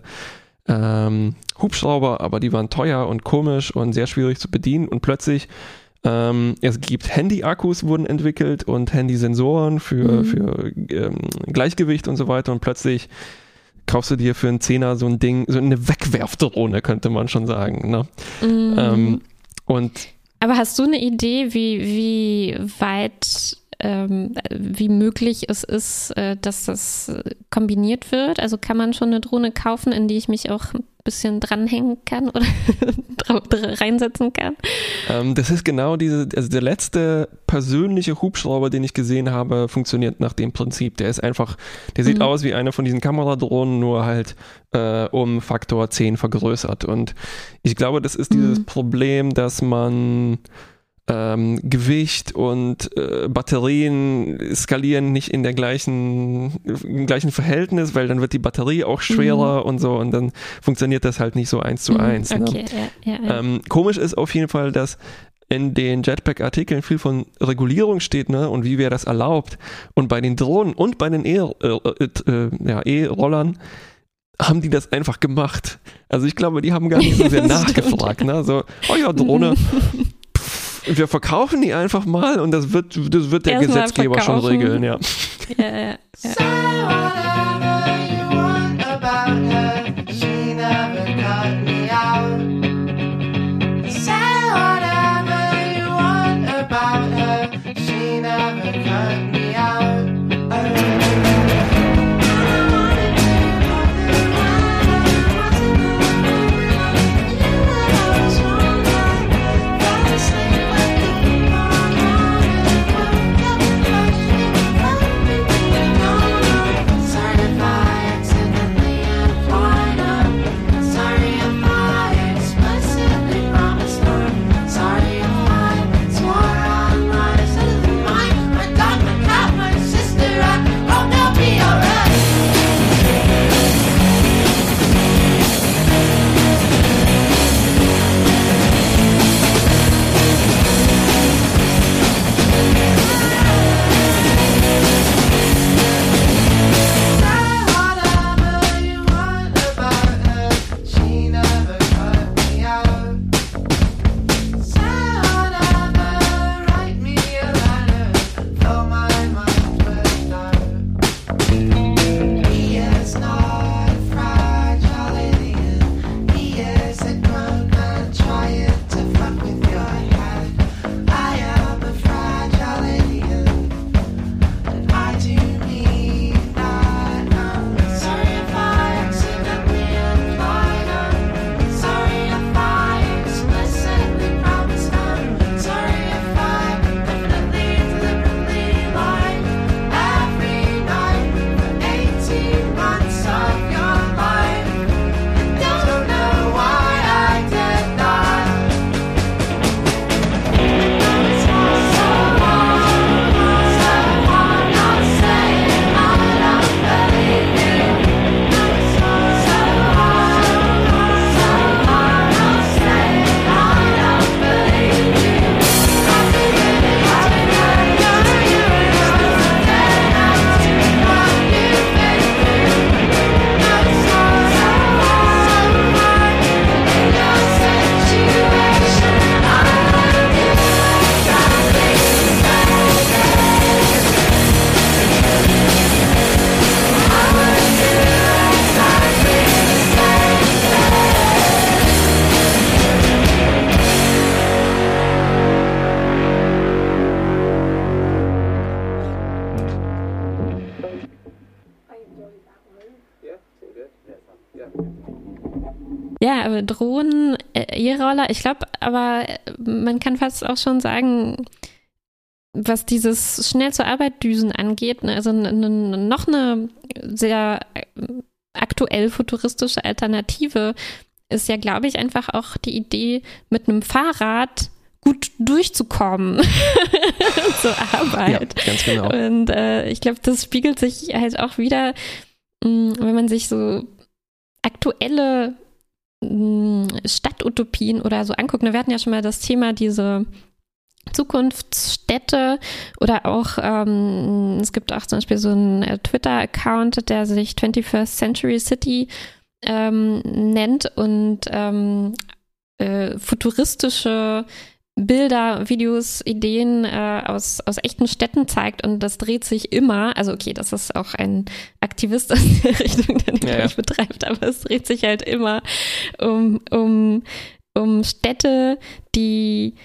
ähm, Hubschrauber, aber die waren teuer und komisch und sehr schwierig zu bedienen und plötzlich ähm, es gibt Handy-Akkus wurden entwickelt und Handysensoren für, mhm. für ähm, Gleichgewicht und so weiter und plötzlich kaufst du dir für einen Zehner so ein Ding, so eine Wegwerfdrohne, könnte man schon sagen. Ne? Mhm. Ähm, und Aber hast du eine Idee, wie, wie weit, ähm, wie möglich es ist, äh, dass das kombiniert wird? Also kann man schon eine Drohne kaufen, in die ich mich auch ein bisschen dranhängen kann oder reinsetzen kann? Ähm, das ist genau diese, also der letzte persönliche Hubschrauber, den ich gesehen habe, funktioniert nach dem Prinzip. Der ist einfach, der sieht mhm. aus wie einer von diesen Kameradrohnen, nur halt äh, um Faktor zehn vergrößert. Und ich glaube, das ist dieses mhm. Problem, dass man Ähm, Gewicht und äh, Batterien skalieren nicht in der gleichen, im gleichen Verhältnis, weil dann wird die Batterie auch schwerer mhm. und so und dann funktioniert das halt nicht so eins zu eins. Mhm. Okay, ne? ja, ja, ja. Ähm, komisch ist auf jeden Fall, dass in den Jetpack-Artikeln viel von Regulierung steht, ne, und wie wäre das erlaubt. Und bei den Drohnen und bei den E- äh, äh, ja, E-Rollern haben die das einfach gemacht. Also ich glaube, die haben gar nicht so sehr nachgefragt. Ne? So, oh ja, Drohne. Wir verkaufen die einfach mal und das wird, das wird der Erst Gesetzgeber schon regeln, ja. Ja, ja, ja. Ja, aber Drohnen, E-Roller, ich glaube, aber man kann fast auch schon sagen, was dieses schnell zur Arbeit düsen angeht, ne, also n- n- noch eine sehr aktuell futuristische Alternative ist ja, glaube ich, einfach auch die Idee, mit einem Fahrrad gut durchzukommen zur Arbeit. Ja, ganz genau. Und äh, ich glaube, das spiegelt sich halt auch wieder, mh, wenn man sich so aktuelle mh, Stadtutopien oder so anguckt. Wir hatten ja schon mal das Thema diese Zukunftsstädte oder auch, ähm, es gibt auch zum Beispiel so einen äh, Twitter-Account, der sich twenty-first Century City ähm, nennt und ähm, äh, futuristische Bilder, Videos, Ideen äh, aus, aus echten Städten zeigt und das dreht sich immer, also okay, das ist auch ein Aktivist aus der Richtung, der den ja, Bereich ja. betreibt, aber es dreht sich halt immer um, um, um Städte, die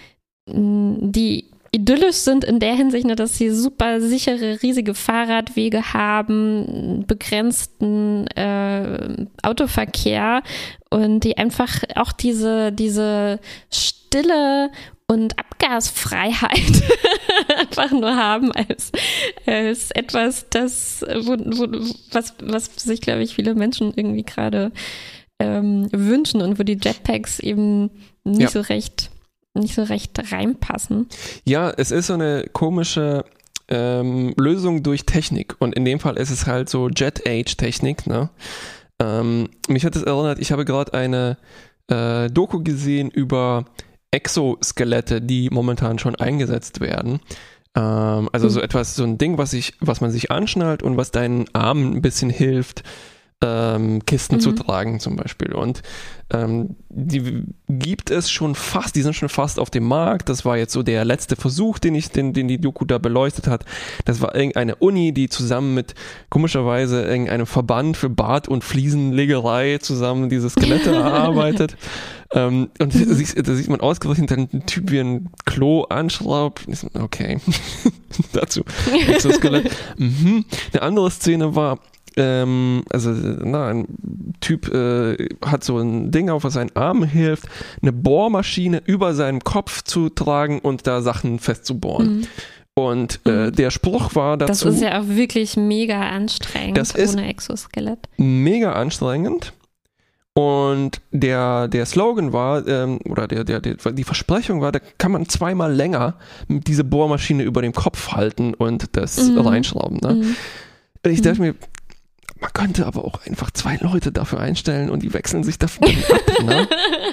die idyllisch sind in der Hinsicht, ne, dass sie super sichere, riesige Fahrradwege haben, begrenzten äh, Autoverkehr und die einfach auch diese, diese Stille und Abgasfreiheit einfach nur haben als, als etwas, das, wo, wo, was, was sich, glaube ich, viele Menschen irgendwie gerade ähm, wünschen und wo die Jetpacks eben nicht Ja. so recht nicht so recht reinpassen. Ja, es ist so eine komische ähm, Lösung durch Technik und in dem Fall ist es halt so Jet-Age-Technik, ne? Ähm, mich hat es erinnert, ich habe gerade eine äh, Doku gesehen über Exoskelette, die momentan schon eingesetzt werden. Ähm, also Mhm. so etwas, so ein Ding, was ich, was man sich anschnallt und was deinen Armen ein bisschen hilft, ähm, Kisten Mhm. zu tragen zum Beispiel. Und ähm, die gibt es schon fast, die sind schon fast auf dem Markt. Das war jetzt so der letzte Versuch, den ich, den, den die Doku da beleuchtet hat. Das war irgendeine Uni, die zusammen mit komischerweise irgendeinem Verband für Bad- und Fliesenlegerei zusammen diese Skelette erarbeitet. Ähm, und da sieht, da sieht man ausgerechnet einen Typ wie ein Klo anschraubt. Okay, dazu Exoskelett. Mhm. Eine andere Szene war, Ähm, also na, ein Typ äh, hat so ein Ding auf, was seinen Arm hilft, eine Bohrmaschine über seinem Kopf zu tragen und da Sachen festzubohren. Mhm. Und äh, Mhm. der Spruch war dazu, Das ist ja auch wirklich mega anstrengend Das ist- ohne Exoskelett. mega anstrengend. Und der, der Slogan war, ähm, oder der, der, der, die Versprechung war, da kann man zweimal länger diese Bohrmaschine über dem Kopf halten und das Mhm. reinschrauben. Ne? Mhm. Und ich dachte mir, man könnte aber auch einfach zwei Leute dafür einstellen und die wechseln sich dafür ab, ne?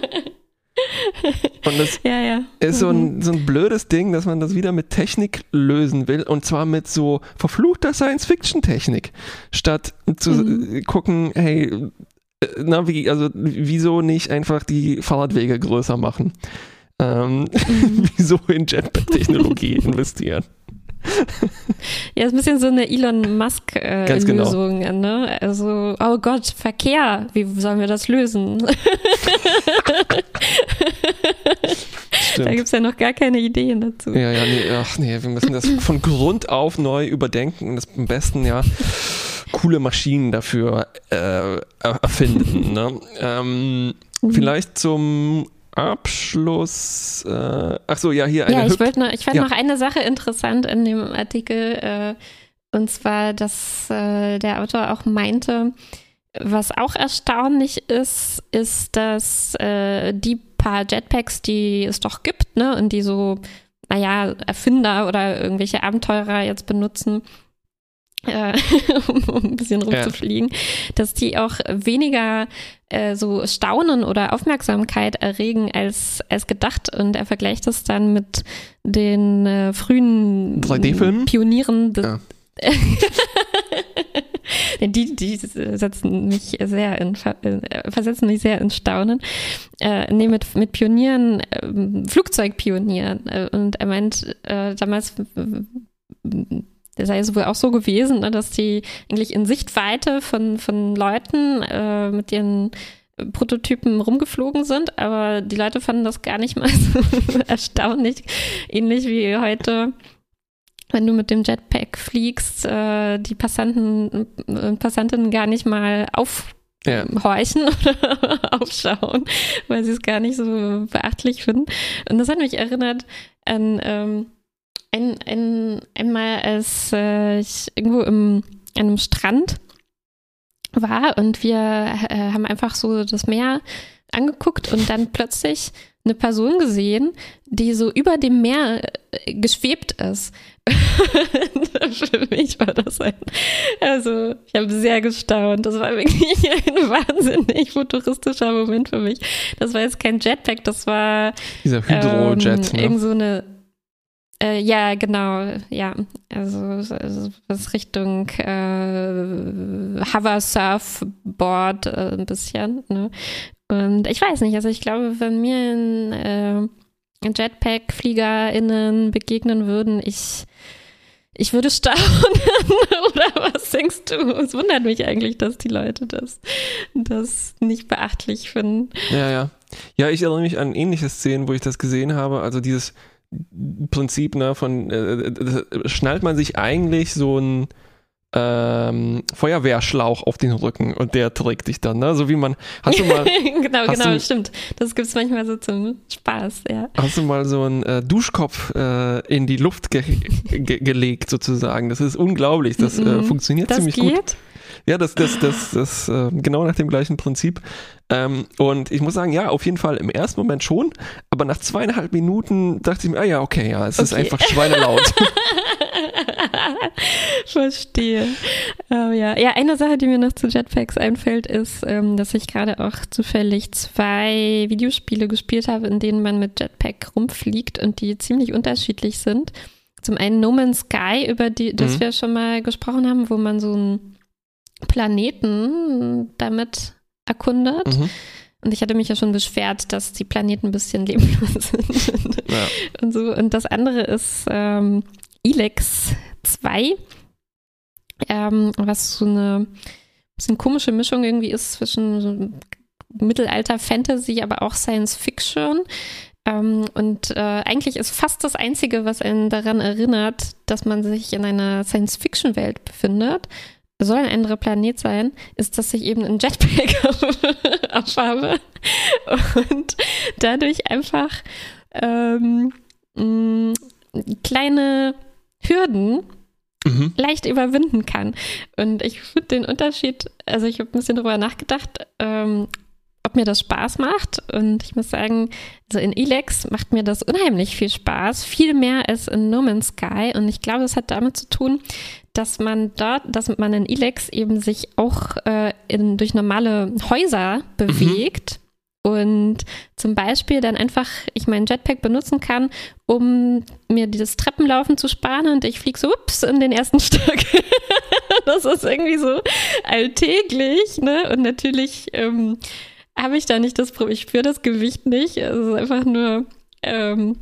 Und das Ja, ja. ist so ein, so ein blödes Ding, dass man das wieder mit Technik lösen will und zwar mit so verfluchter Science-Fiction-Technik, statt zu Mhm. äh, gucken, hey, äh, na wie, also wieso nicht einfach die Fahrradwege größer machen? Ähm, Mhm. wieso in Jetpack-Technologie investieren? Ja, ist ein bisschen so eine Elon Ganz genau. Musk-Lösung, ne? Also, oh Gott, Verkehr, wie sollen wir das lösen? Da gibt es ja noch gar keine Ideen dazu. Ja, ja, nee, ach nee, wir müssen das von Grund auf neu überdenken und das am besten ja coole Maschinen dafür äh, erfinden. Ne? Ähm, Mhm. Vielleicht zum Abschluss, äh, ach so, ja, hier eine Ja, ich Hüb- wollte noch, ich fand Ja. noch eine Sache interessant in dem Artikel, äh, und zwar, dass äh, der Autor auch meinte, was auch erstaunlich ist, ist, dass äh, die paar Jetpacks, die es doch gibt, ne, und die so, naja, Erfinder oder irgendwelche Abenteurer jetzt benutzen, äh, um, um ein bisschen rumzufliegen, dass die auch weniger äh, so Staunen oder Aufmerksamkeit erregen als, als gedacht. Und er vergleicht das dann mit den äh, frühen drei D-Filmen? Pionieren des, Ja. Die, die setzen mich sehr in, äh, versetzen mich sehr in Staunen. Äh, nee, mit, mit Pionieren, äh, Flugzeugpionieren. Äh, und er meint, äh, damals äh, sei es wohl auch so gewesen, ne, dass die eigentlich in Sichtweite von, von Leuten äh, mit ihren Prototypen rumgeflogen sind, aber die Leute fanden das gar nicht mal so erstaunlich. Ähnlich wie heute, wenn du mit dem Jetpack fliegst, äh, die Passanten und Passantinnen gar nicht mal aufhorchen Ja. oder aufschauen, weil sie es gar nicht so beachtlich finden. Und das hat mich erinnert an ähm, ein, ein, einmal, als äh, ich irgendwo im, an einem Strand war und wir äh, haben einfach so das Meer angeguckt und dann plötzlich eine Person gesehen, die so über dem Meer äh, geschwebt ist. Für mich war das ein, also ich habe sehr gestaunt. Das war wirklich ein wahnsinnig futuristischer Moment für mich. Das war jetzt kein Jetpack, das war dieser Hydrojet, ähm, ne? irgend so eine Äh, ja, genau, ja, also, also was Richtung äh, Hover-Surfboard äh, ein bisschen, ne? Und ich weiß nicht, also ich glaube, wenn mir ein, äh, ein Jetpack-FliegerInnen begegnen würden, ich, ich würde staunen. Oder was denkst du? Es wundert mich eigentlich, dass die Leute das, das nicht beachtlich finden. Ja, ja. Ja, ich erinnere mich an ähnliche Szenen, wo ich das gesehen habe, also dieses Prinzip, ne, von äh, schnallt man sich eigentlich so ein ähm, Feuerwehrschlauch auf den Rücken und der trägt dich dann, ne? So wie man, hast du mal genau, hast genau, du, stimmt. Das gibt es manchmal so zum Spaß, ja. Hast du mal so einen äh, Duschkopf äh, in die Luft ge ge gelegt sozusagen? Das ist unglaublich, das äh, funktioniert das ziemlich geht? gut. Ja, das, das, das, das, äh, genau nach dem gleichen Prinzip. Ähm, und ich muss sagen, ja, auf jeden Fall im ersten Moment schon, aber nach zweieinhalb Minuten dachte ich mir, ah ja, okay, ja, es okay. ist einfach schweinelaut. Verstehe. Uh, ja. ja, eine Sache, die mir noch zu Jetpacks einfällt, ist, ähm, dass ich gerade auch zufällig zwei Videospiele gespielt habe, in denen man mit Jetpack rumfliegt und die ziemlich unterschiedlich sind. Zum einen No Man's Sky, über die, das mhm. wir schon mal gesprochen haben, wo man so einen Planeten damit erkundet. Mhm. Und ich hatte mich ja schon beschwert, dass die Planeten ein bisschen leblos sind. Ja. Und so. Und das andere ist ähm, Elex zwei, ähm, was so eine bisschen komische Mischung irgendwie ist zwischen so Mittelalter-Fantasy, aber auch Science-Fiction. Ähm, und äh, eigentlich ist fast das Einzige, was einen daran erinnert, dass man sich in einer Science-Fiction-Welt befindet, soll ein anderer Planet sein, ist, dass ich eben ein Jetpack aufhabe und dadurch einfach ähm, mh, kleine Hürden mhm. leicht überwinden kann. Und ich finde den Unterschied, also ich habe ein bisschen drüber nachgedacht, ähm, ob mir das Spaß macht. Und ich muss sagen, also in Elex macht mir das unheimlich viel Spaß, viel mehr als in No Man's Sky. Und ich glaube, es hat damit zu tun, dass man dort, dass man in Elex eben sich auch äh, in, durch normale Häuser bewegt mhm. und zum Beispiel dann einfach ich meinen Jetpack benutzen kann, um mir dieses Treppenlaufen zu sparen und ich fliege so ups in den ersten Stock. Das ist irgendwie so alltäglich, ne? Und natürlich ähm, habe ich da nicht das Problem, ich spüre das Gewicht nicht. Es ist einfach nur ähm,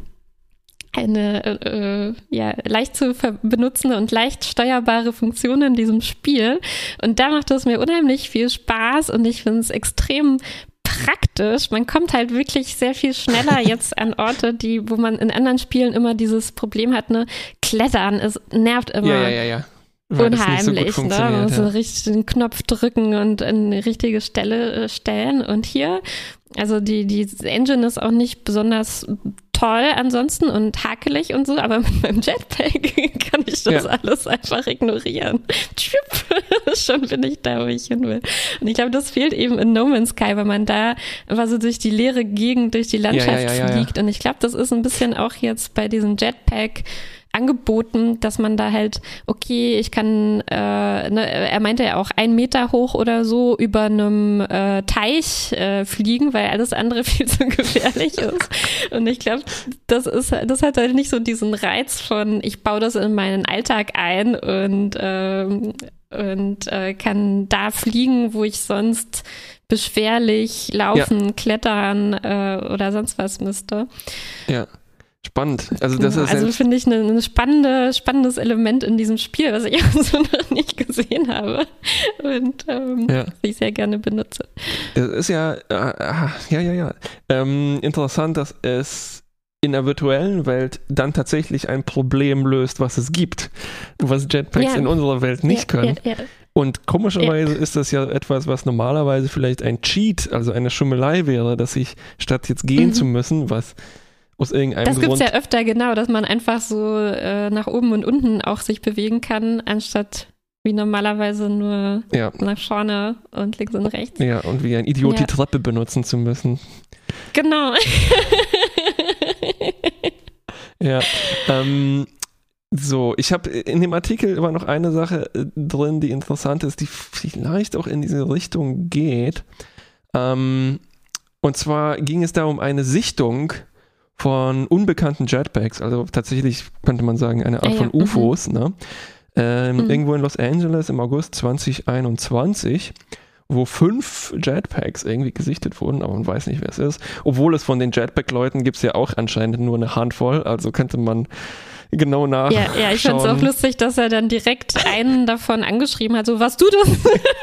eine äh, ja, leicht zu benutzende und leicht steuerbare Funktion in diesem Spiel. Und da macht es mir unheimlich viel Spaß und ich finde es extrem praktisch. Man kommt halt wirklich sehr viel schneller jetzt an Orte, die, wo man in anderen Spielen immer dieses Problem hat, ne, Klettern, es nervt immer. Ja, ja, ja, ja. Unheimlich, so ne? Man muss ja. richtig den Knopf drücken und in die richtige Stelle äh, stellen. Und hier, also die, die Engine ist auch nicht besonders toll ansonsten und hakelig und so, aber mit meinem Jetpack kann ich das ja. alles einfach ignorieren. Schon bin ich da, wo ich hin will. Und ich glaube, das fehlt eben in No Man's Sky, weil man da einfach so durch die leere Gegend, durch die Landschaft ja, ja, ja, fliegt. ja. Und ich glaube, das ist ein bisschen auch jetzt bei diesem Jetpack angeboten, dass man da halt, okay, ich kann, äh, ne, er meinte ja auch einen Meter hoch oder so über einem äh, Teich äh, fliegen, weil alles andere viel zu gefährlich ist. Und ich glaube, das ist, das hat halt nicht so diesen Reiz von, ich baue das in meinen Alltag ein und ähm, und äh, kann da fliegen, wo ich sonst beschwerlich laufen, ja. klettern äh, oder sonst was müsste. Ja. Spannend. Also das ist also finde ich ein spannende, spannendes Element in diesem Spiel, was ich auch so noch nicht gesehen habe und ähm, ja. was ich sehr gerne benutze. Es ist ja, äh, ja, ja, ja, ähm, interessant, dass es in der virtuellen Welt dann tatsächlich ein Problem löst, was es gibt, was Jetpacks ja. in unserer Welt nicht ja, können. Ja, ja. Und komischerweise ja. ist das ja etwas, was normalerweise vielleicht ein Cheat, also eine Schummelei wäre, dass ich statt jetzt gehen mhm. zu müssen, was Aus irgendeinem das Grund. Das gibt's ja öfter, genau, dass man einfach so äh, nach oben und unten auch sich bewegen kann, anstatt wie normalerweise nur ja. nach vorne und links und rechts. Ja, und wie ein Idiot ja. die Treppe benutzen zu müssen. Genau. ja, ähm, so, ich habe in dem Artikel war noch eine Sache drin, die interessant ist, die vielleicht auch in diese Richtung geht. Ähm, und zwar ging es da um eine Sichtung von unbekannten Jetpacks, also tatsächlich könnte man sagen eine Art ah, ja. von U F Os, mhm. ne? Ähm, mhm. Irgendwo in Los Angeles im August zwanzig einundzwanzig, wo fünf Jetpacks irgendwie gesichtet wurden, aber man weiß nicht, wer es ist. Obwohl es von den Jetpack-Leuten gibt es ja auch anscheinend nur eine Handvoll, also könnte man genau nachschauen. Ja, ja, ich fand es auch lustig, dass er dann direkt einen davon angeschrieben hat, so, warst du das?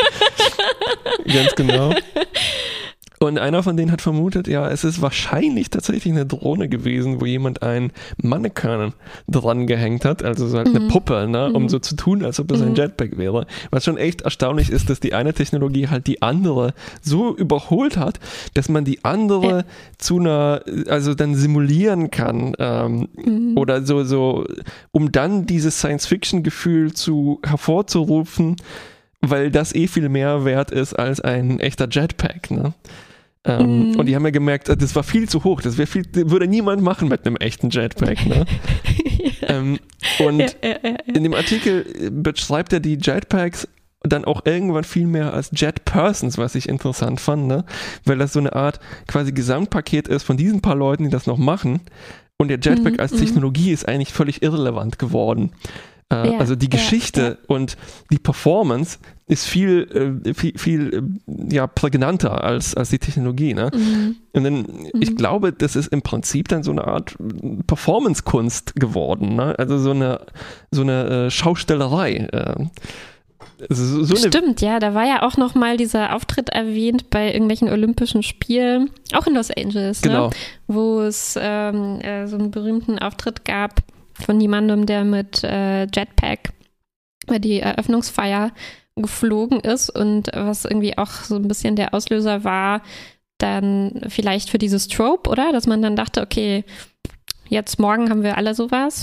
Ganz genau. Und einer von denen hat vermutet, ja, es ist wahrscheinlich tatsächlich eine Drohne gewesen, wo jemand ein Mannequin dran gehängt hat, also so halt mhm. eine Puppe, ne, um mhm. so zu tun, als ob es mhm. ein Jetpack wäre. Was schon echt erstaunlich ist, dass die eine Technologie halt die andere so überholt hat, dass man die andere äh. zu einer, also dann simulieren kann ähm, mhm. oder so, so, um dann dieses Science-Fiction-Gefühl zu hervorzurufen, weil das eh viel mehr wert ist als ein echter Jetpack, ne? Ähm, mm. Und die haben ja gemerkt, das war viel zu hoch, das wäre viel, würde niemand machen mit einem echten Jetpack, ne? ja. ähm, und ja, ja, ja, ja. in dem Artikel beschreibt er die Jetpacks dann auch irgendwann viel mehr als Jet Persons, was ich interessant fand, ne? Weil das so eine Art quasi Gesamtpaket ist von diesen paar Leuten, die das noch machen, und der Jetpack mm, als Technologie mm. ist eigentlich völlig irrelevant geworden. Äh, ja, also die Geschichte ja, ja. und die Performance ist viel, äh, viel, viel äh, ja, prägnanter als, als die Technologie. Ne? Mhm. Und dann, mhm. ich glaube, das ist im Prinzip dann so eine Art Performance-Kunst geworden. Ne? Also so eine, so eine äh, Schaustellerei. Äh, so, so Stimmt, ja, da war ja auch nochmal dieser Auftritt erwähnt bei irgendwelchen Olympischen Spielen, auch in Los Angeles, genau. ne? Wo es ähm, äh, so einen berühmten Auftritt gab von jemandem, der mit äh, Jetpack bei die Eröffnungsfeier geflogen ist und was irgendwie auch so ein bisschen der Auslöser war, dann vielleicht für dieses Trope, oder? Dass man dann dachte, okay, jetzt morgen haben wir alle sowas.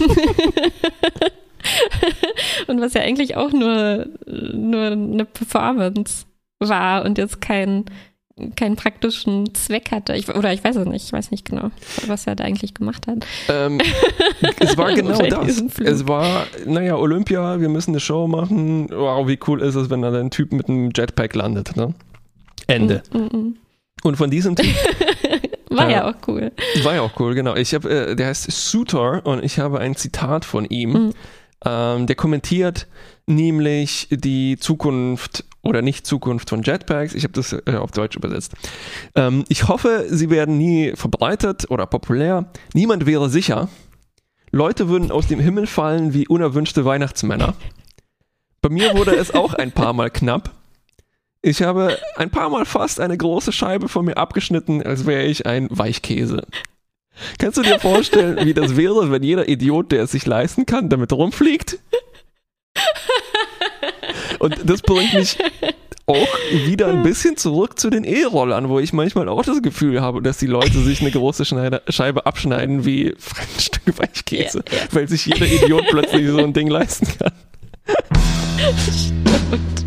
Und was ja eigentlich auch nur, nur eine Performance war und jetzt kein keinen praktischen Zweck hatte. Ich, oder ich weiß es nicht, ich weiß nicht genau, was er da eigentlich gemacht hat. Ähm, es war genau das. Es war, naja, Olympia, wir müssen eine Show machen. Wow, wie cool ist es, wenn da ein Typ mit einem Jetpack landet, ne? Ende. Mm, mm, mm. Und von diesem Typ war äh, ja auch cool. War ja auch cool, genau. Ich habe, äh, der heißt Sutor und ich habe ein Zitat von ihm. Mm. Ähm, der kommentiert nämlich die Zukunft oder nicht Zukunft von Jetpacks. Ich habe das äh, auf Deutsch übersetzt. Ähm, ich hoffe, sie werden nie verbreitet oder populär. Niemand wäre sicher. Leute würden aus dem Himmel fallen wie unerwünschte Weihnachtsmänner. Bei mir wurde es auch ein paar Mal knapp. Ich habe ein paar Mal fast eine große Scheibe von mir abgeschnitten, als wäre ich ein Weichkäse. Kannst du dir vorstellen, wie das wäre, wenn jeder Idiot, der es sich leisten kann, damit rumfliegt? Und das bringt mich auch wieder ein bisschen zurück zu den E-Rollern, wo ich manchmal auch das Gefühl habe, dass die Leute sich eine große Schneide, Scheibe abschneiden wie ein Stück Weichkäse, ja, ja. weil sich jeder Idiot plötzlich so ein Ding leisten kann. Stimmt.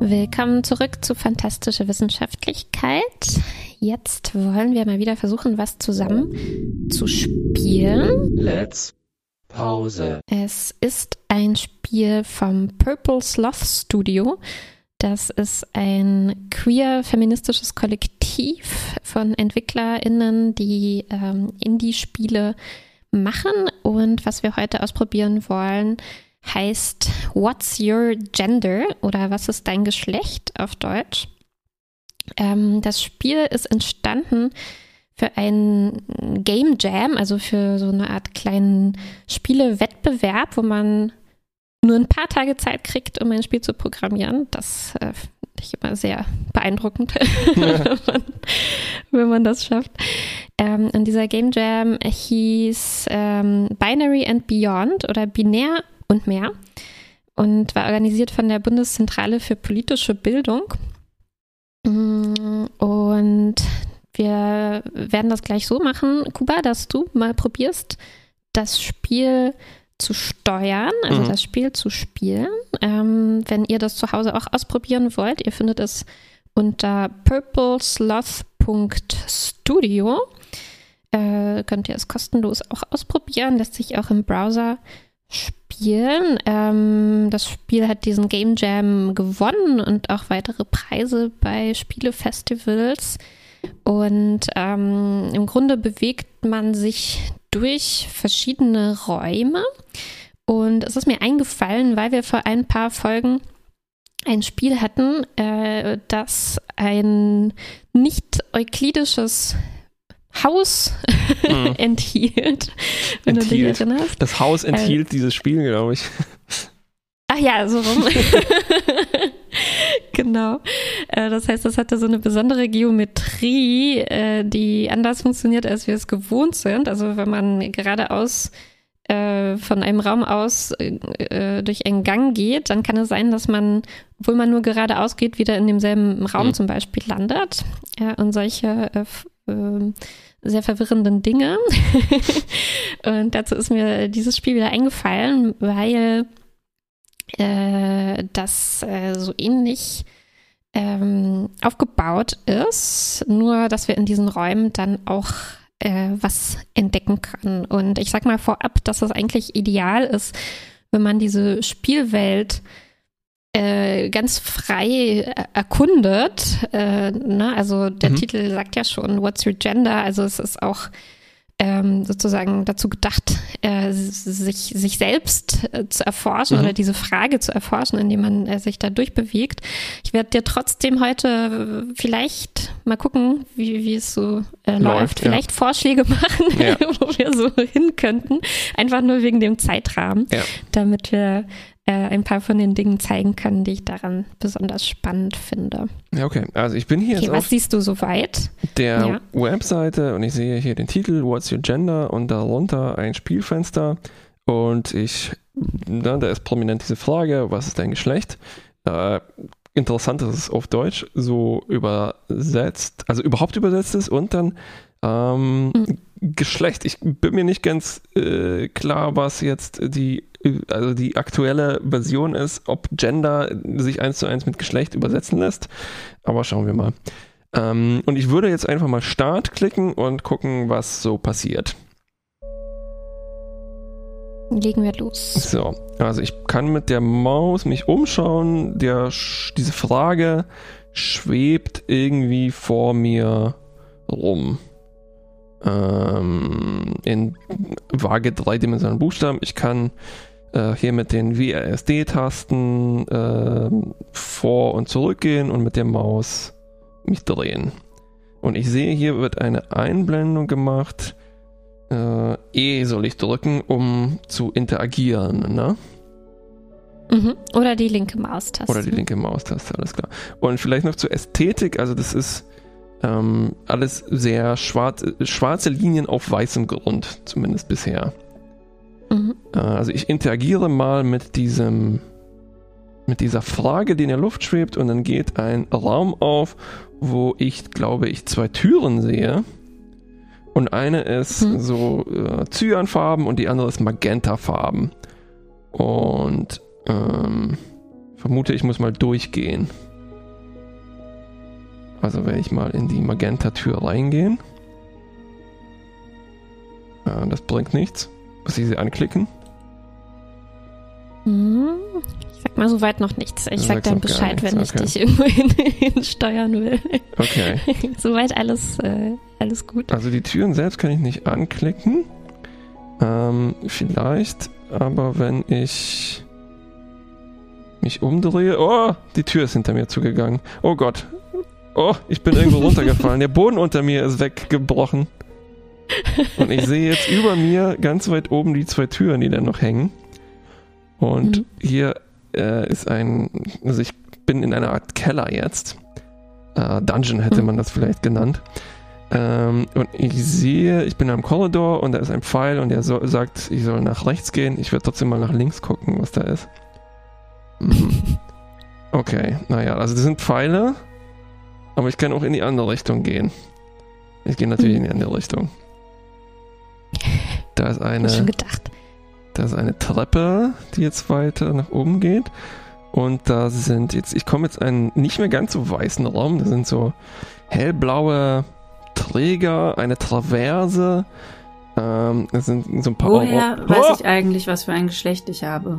Willkommen zurück zu Fantastische Wissenschaftlichkeit. Jetzt wollen wir mal wieder versuchen, was zusammen zu spielen. Let's Pause. Es ist ein Spiel vom Purple Sloth Studio. Das ist ein queer-feministisches Kollektiv von EntwicklerInnen, die ähm, Indie-Spiele machen. Und was wir heute ausprobieren wollen, heißt What's Your Gender oder Was ist dein Geschlecht auf Deutsch. Ähm, das Spiel ist entstanden für einen Game Jam, also für so eine Art kleinen Spielewettbewerb, wo man nur ein paar Tage Zeit kriegt, um ein Spiel zu programmieren. Das äh, finde ich immer sehr beeindruckend, ja. wenn, man, wenn man das schafft. Ähm, und dieser Game Jam hieß ähm, Binary and Beyond oder Binär und mehr und war organisiert von der Bundeszentrale für politische Bildung. Und wir werden das gleich so machen, Kuba, dass du mal probierst, das Spiel zu steuern, also mhm. das Spiel zu spielen. Ähm, wenn ihr das zu Hause auch ausprobieren wollt, ihr findet es unter purplesloth punkt studio. Äh, könnt ihr es kostenlos auch ausprobieren, lässt sich auch im Browser spielen. Ähm, das Spiel hat diesen Game Jam gewonnen und auch weitere Preise bei Spielefestivals. Und ähm, im Grunde bewegt man sich durch verschiedene Räume. Und es ist mir eingefallen, weil wir vor ein paar Folgen ein Spiel hatten, äh, das ein nicht euklidisches Haus mhm. enthielt, wenn enthielt. du dich erinnerst. Das Haus enthielt äh, dieses Spiel, glaube ich. Ach ja, so rum. Genau. Äh, das heißt, das hatte so eine besondere Geometrie, äh, die anders funktioniert, als wir es gewohnt sind. Also wenn man geradeaus äh, von einem Raum aus äh, durch einen Gang geht, dann kann es sein, dass man, obwohl man nur geradeaus geht, wieder in demselben Raum mhm. zum Beispiel landet. Ja, und solche äh, sehr verwirrenden Dinge. Und dazu ist mir dieses Spiel wieder eingefallen, weil äh, das äh, so ähnlich ähm, aufgebaut ist, nur dass wir in diesen Räumen dann auch äh, was entdecken können. Und ich sag mal vorab, dass es eigentlich ideal ist, wenn man diese Spielwelt Äh, ganz frei erkundet. Äh, ne? Also der mhm. Titel sagt ja schon, What's Your Gender? Also es ist auch ähm, sozusagen dazu gedacht, äh, sich, sich selbst äh, zu erforschen mhm. oder diese Frage zu erforschen, indem man äh, sich da durchbewegt. Ich werde dir trotzdem heute vielleicht mal gucken, wie, wie es so äh, läuft. läuft. Vielleicht ja. Vorschläge machen, ja. wo wir so hin könnten. Einfach nur wegen dem Zeitrahmen, ja. damit wir ein paar von den Dingen zeigen können, die ich daran besonders spannend finde. Ja, okay. Also ich bin hier okay, jetzt was auf siehst du soweit? Der ja. Webseite und ich sehe hier den Titel What's Your Gender und darunter ein Spielfenster und ich, na, da ist prominent diese Frage, was ist dein Geschlecht? Äh, interessant, dass es auf Deutsch so übersetzt, also überhaupt übersetzt ist und dann ähm, mhm. Geschlecht. Ich bin mir nicht ganz äh, klar, was jetzt die also die aktuelle Version ist, ob Gender sich eins zu eins mit Geschlecht übersetzen lässt. Aber schauen wir mal. Ähm, und ich würde jetzt einfach mal Start klicken und gucken, was so passiert. Legen wir los. So, also ich kann mit der Maus mich umschauen. Der, diese Frage schwebt irgendwie vor mir rum. Ähm, in vage dreidimensionalen Buchstaben. Ich kann hier mit den W A S D-Tasten äh, vor- und zurückgehen und mit der Maus mich drehen. Und ich sehe, hier wird eine Einblendung gemacht. Äh, E soll ich drücken, um zu interagieren, ne? Mhm. Oder die linke Maustaste. Oder die linke Maustaste, alles klar. Und vielleicht noch zur Ästhetik, also das ist ähm, alles sehr schwarz, schwarze Linien auf weißem Grund, zumindest bisher. Mhm. Also ich interagiere mal mit diesem, mit dieser Frage, die in der Luft schwebt, und dann geht ein Raum auf, wo ich, glaube ich, zwei Türen sehe. Und eine ist mhm. so äh, Cyanfarben und die andere ist Magentafarben. Und ähm, vermute, ich muss mal durchgehen. Also werde ich mal in die Magenta-Tür reingehen. Äh, das bringt nichts. Muss ich sie anklicken? Hm, ich sag mal soweit noch nichts. Ich sag Sag's dann noch gar Bescheid, nichts, wenn ich okay. dich irgendwo hin, hin steuern will. Okay. Soweit alles, äh, alles gut. Also die Türen selbst kann ich nicht anklicken. Ähm, vielleicht, aber wenn ich mich umdrehe... Oh, die Tür ist hinter mir zugegangen. Oh Gott. Oh, ich bin irgendwo runtergefallen. Der Boden unter mir ist weggebrochen. Und ich sehe jetzt über mir ganz weit oben die zwei Türen, die da noch hängen. Und mhm. hier äh, ist ein... Also ich bin in einer Art Keller jetzt. Äh, Dungeon hätte mhm. man das vielleicht genannt. Ähm, und ich sehe, ich bin am Korridor und da ist ein Pfeil und der so, sagt, ich soll nach rechts gehen. Ich werde trotzdem mal nach links gucken, was da ist. Mhm. Okay, naja, also das sind Pfeile, aber ich kann auch in die andere Richtung gehen. Ich gehe natürlich mhm. in die andere Richtung. Da ist eine, schon gedacht. Da ist eine Treppe, die jetzt weiter nach oben geht. Und da sind jetzt, ich komme jetzt einen nicht mehr ganz so weißen Raum. Da sind so hellblaue Träger, eine Traverse. Ähm, das sind so ein paar. Woher Euro- weiß oh! ich eigentlich, was für ein Geschlecht ich habe?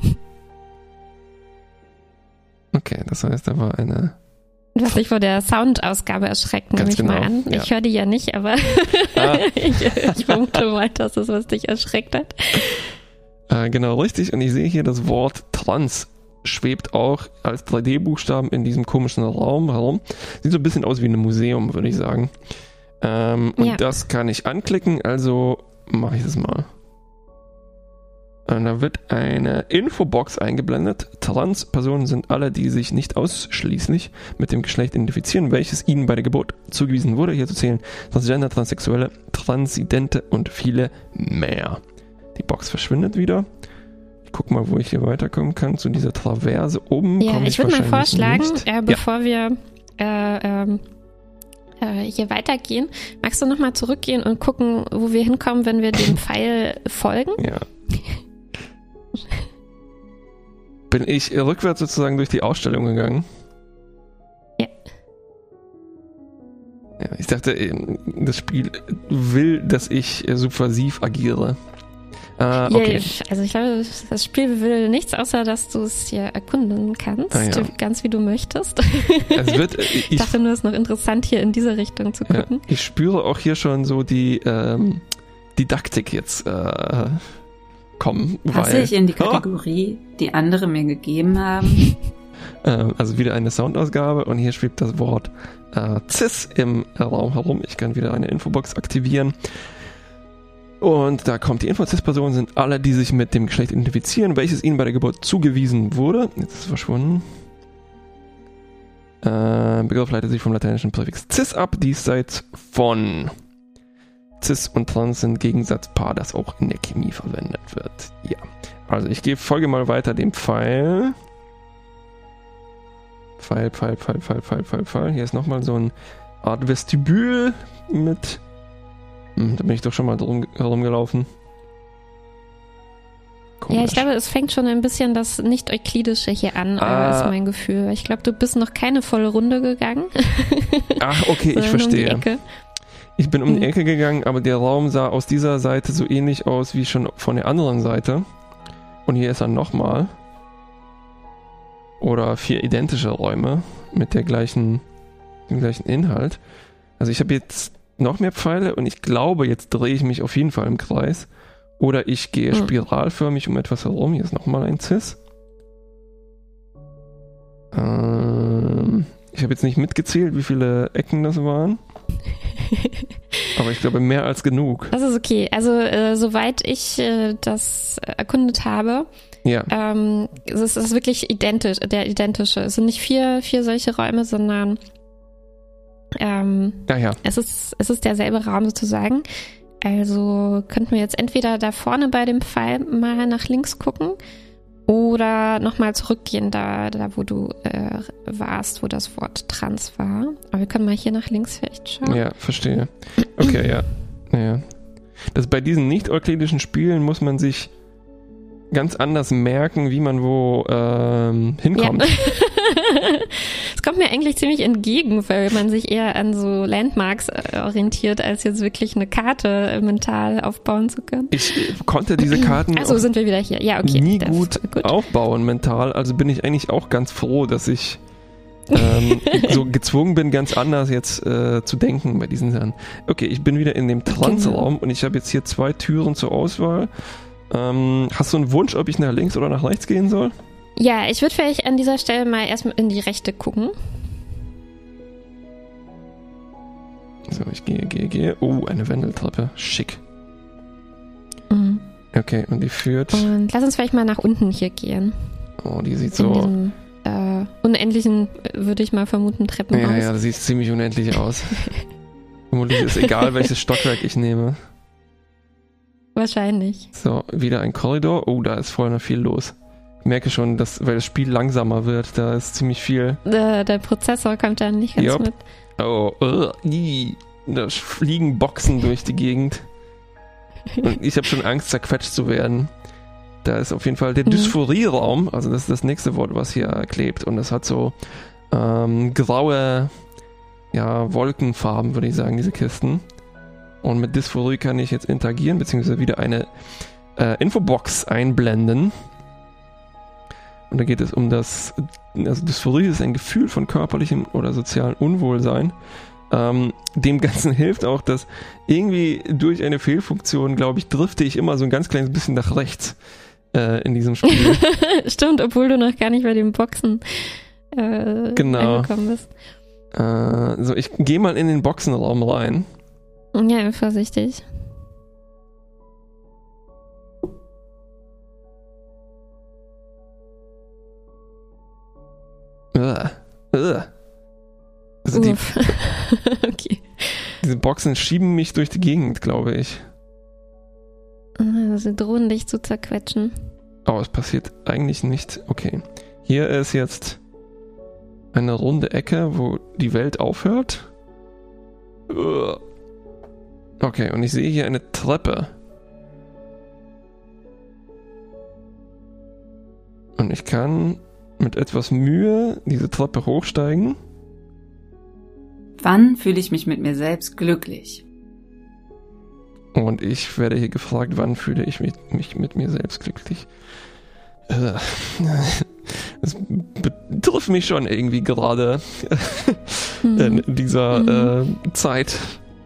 Okay, das heißt, da war eine. Du hast dich vor der Soundausgabe erschreckt, nehme ich genau, mal an. ja. Ich höre die ja nicht, aber Ah. ich, ich vermute mal, dass es was dich erschreckt hat. Äh, genau, richtig. Und ich sehe hier das Wort Trans schwebt auch als drei D-Buchstaben in diesem komischen Raum herum. Sieht so ein bisschen aus wie ein Museum, würde ich sagen. Ähm, und ja. das kann ich anklicken, also mache ich das mal. Und da wird eine Infobox eingeblendet. Trans-Personen sind alle, die sich nicht ausschließlich mit dem Geschlecht identifizieren, welches ihnen bei der Geburt zugewiesen wurde. Hier zu zählen Transgender, Transsexuelle, Transidente und viele mehr. Die Box verschwindet wieder. Ich guck mal, wo ich hier weiterkommen kann. Zu dieser Traverse oben. Ja, ich ich würde mal vorschlagen, nicht. äh, bevor ja. wir äh, ähm, äh, hier weitergehen, magst du nochmal zurückgehen und gucken, wo wir hinkommen, wenn wir dem Pfeil folgen? Ja. Bin ich rückwärts sozusagen durch die Ausstellung gegangen? Ja. Ja, ich dachte, das Spiel will, dass ich subversiv agiere. Äh, okay. Ja, also ich glaube, das Spiel will nichts, außer dass du es hier erkunden kannst, Ah, ja. ganz wie du möchtest. Es wird, ich, ich dachte nur, es ist noch interessant, hier in diese Richtung zu gucken. Ja, ich spüre auch hier schon so die ähm, Didaktik jetzt äh, kommen. Passe weil, ich in die Kategorie, oh, die andere mir gegeben haben? äh, also wieder eine Soundausgabe und hier schwebt das Wort äh, Cis im Raum herum. Ich kann wieder eine Infobox aktivieren. Und da kommt die Info, Cis-Personen sind alle, die sich mit dem Geschlecht identifizieren, welches ihnen bei der Geburt zugewiesen wurde. Jetzt ist es verschwunden. Äh, Begriff leitet sich vom lateinischen Präfix cis ab, diesseits von. Cis und Trans sind Gegensatzpaar, das auch in der Chemie verwendet wird. Ja, also ich gehe, folge mal weiter dem Pfeil. Pfeil, Pfeil, Pfeil, Pfeil, Pfeil, Pfeil, Pfeil. Hier ist nochmal so eine Art Vestibül mit... Hm, da bin ich doch schon mal drum, herumgelaufen. Komisch. Ja, ich glaube, es fängt schon ein bisschen das Nicht-Euklidische hier an, ah. ist mein Gefühl. Ich glaube, du bist noch keine volle Runde gegangen. Ach, okay, ich verstehe. Um die Ecke. Ich bin um mhm. die Ecke gegangen, aber der Raum sah aus dieser Seite so ähnlich aus wie schon von der anderen Seite. Und hier ist er nochmal. Oder vier identische Räume mit der gleichen, dem gleichen Inhalt. Also ich habe jetzt noch mehr Pfeile und ich glaube, jetzt drehe ich mich auf jeden Fall im Kreis. Oder ich gehe hm. spiralförmig um etwas herum. Hier ist nochmal ein Cis. Ähm, ich habe jetzt nicht mitgezählt, wie viele Ecken das waren. Aber ich glaube, mehr als genug. Das ist okay. Also, äh, soweit ich äh, das erkundet habe, ja. ähm, es ist, es ist wirklich identisch, der identische. Es sind nicht vier, vier solche Räume, sondern ähm, ja, ja. Es ist, es ist derselbe Raum sozusagen. Also könnten wir jetzt entweder da vorne bei dem Pfeil mal nach links gucken oder nochmal zurückgehen, da, da wo du äh, warst, wo das Wort Trans war. Aber wir können mal hier nach links vielleicht schauen. Ja, verstehe. Okay, ja. ja. Das bei diesen nicht-euklidischen Spielen muss man sich ganz anders merken, wie man wo ähm, hinkommt. Ja. Es kommt mir eigentlich ziemlich entgegen, weil man sich eher an so Landmarks orientiert, als jetzt wirklich eine Karte mental aufbauen zu können. Ich konnte diese Karten Achso, sind wir wieder hier. Ja, okay. nie gut, gut aufbauen mental, also bin ich eigentlich auch ganz froh, dass ich ähm, so gezwungen bin, ganz anders jetzt äh, zu denken bei diesen Sachen. Okay, ich bin wieder in dem Transraum genau. und ich habe jetzt hier zwei Türen zur Auswahl. Ähm, hast du einen Wunsch, ob ich nach links oder nach rechts gehen soll? Ja, ich würde vielleicht an dieser Stelle mal erstmal in die rechte gucken. So, ich gehe, gehe, gehe. Oh, eine Wendeltreppe. Schick. Mhm. Okay, und die führt... Und lass uns vielleicht mal nach unten hier gehen. Oh, die sieht in so... Diesem, äh, unendlichen, würde ich mal vermuten, Treppenhaus. Ja, ja, das sieht ziemlich unendlich aus. Vermutlich ist egal, welches Stockwerk ich nehme. Wahrscheinlich. So, wieder ein Korridor. Oh, da ist vorher noch viel los. Ich merke schon, dass, weil das Spiel langsamer wird, da ist ziemlich viel... Der, der Prozessor kommt da nicht ganz Jop. mit. Oh, uh, ii. Da fliegen Boxen durch die Gegend. Und ich habe schon Angst, zerquetscht zu werden. Da ist auf jeden Fall der Dysphorieraum, also das ist das nächste Wort, was hier klebt. Und das hat so ähm, graue ja, Wolkenfarben, würde ich sagen, diese Kisten. Und mit Dysphorie kann ich jetzt interagieren, beziehungsweise wieder eine äh, Infobox einblenden. Und da geht es um das, also Dysphorie ist ein Gefühl von körperlichem oder sozialen Unwohlsein. Ähm, dem Ganzen hilft auch, dass irgendwie durch eine Fehlfunktion, glaube ich, drifte ich immer so ein ganz kleines bisschen nach rechts äh, in diesem Spiel. Stimmt, obwohl du noch gar nicht bei den Boxen äh, genau. angekommen bist. Äh, so, ich gehe mal in den Boxenraum rein. Ja, vorsichtig. Ugh. Ugh. Also die, okay. Diese Boxen schieben mich durch die Gegend, glaube ich. Sie drohen dich zu zerquetschen. Oh, es passiert eigentlich nicht. Okay. Hier ist jetzt eine runde Ecke, wo die Welt aufhört. Ugh. Okay, und ich sehe hier eine Treppe. Und ich kann mit etwas Mühe diese Treppe hochsteigen. Wann fühle ich mich mit mir selbst glücklich? Und ich werde hier gefragt, wann fühle ich mich, mich mit mir selbst glücklich? Das betrifft mich schon irgendwie gerade in dieser mhm. äh, Zeit.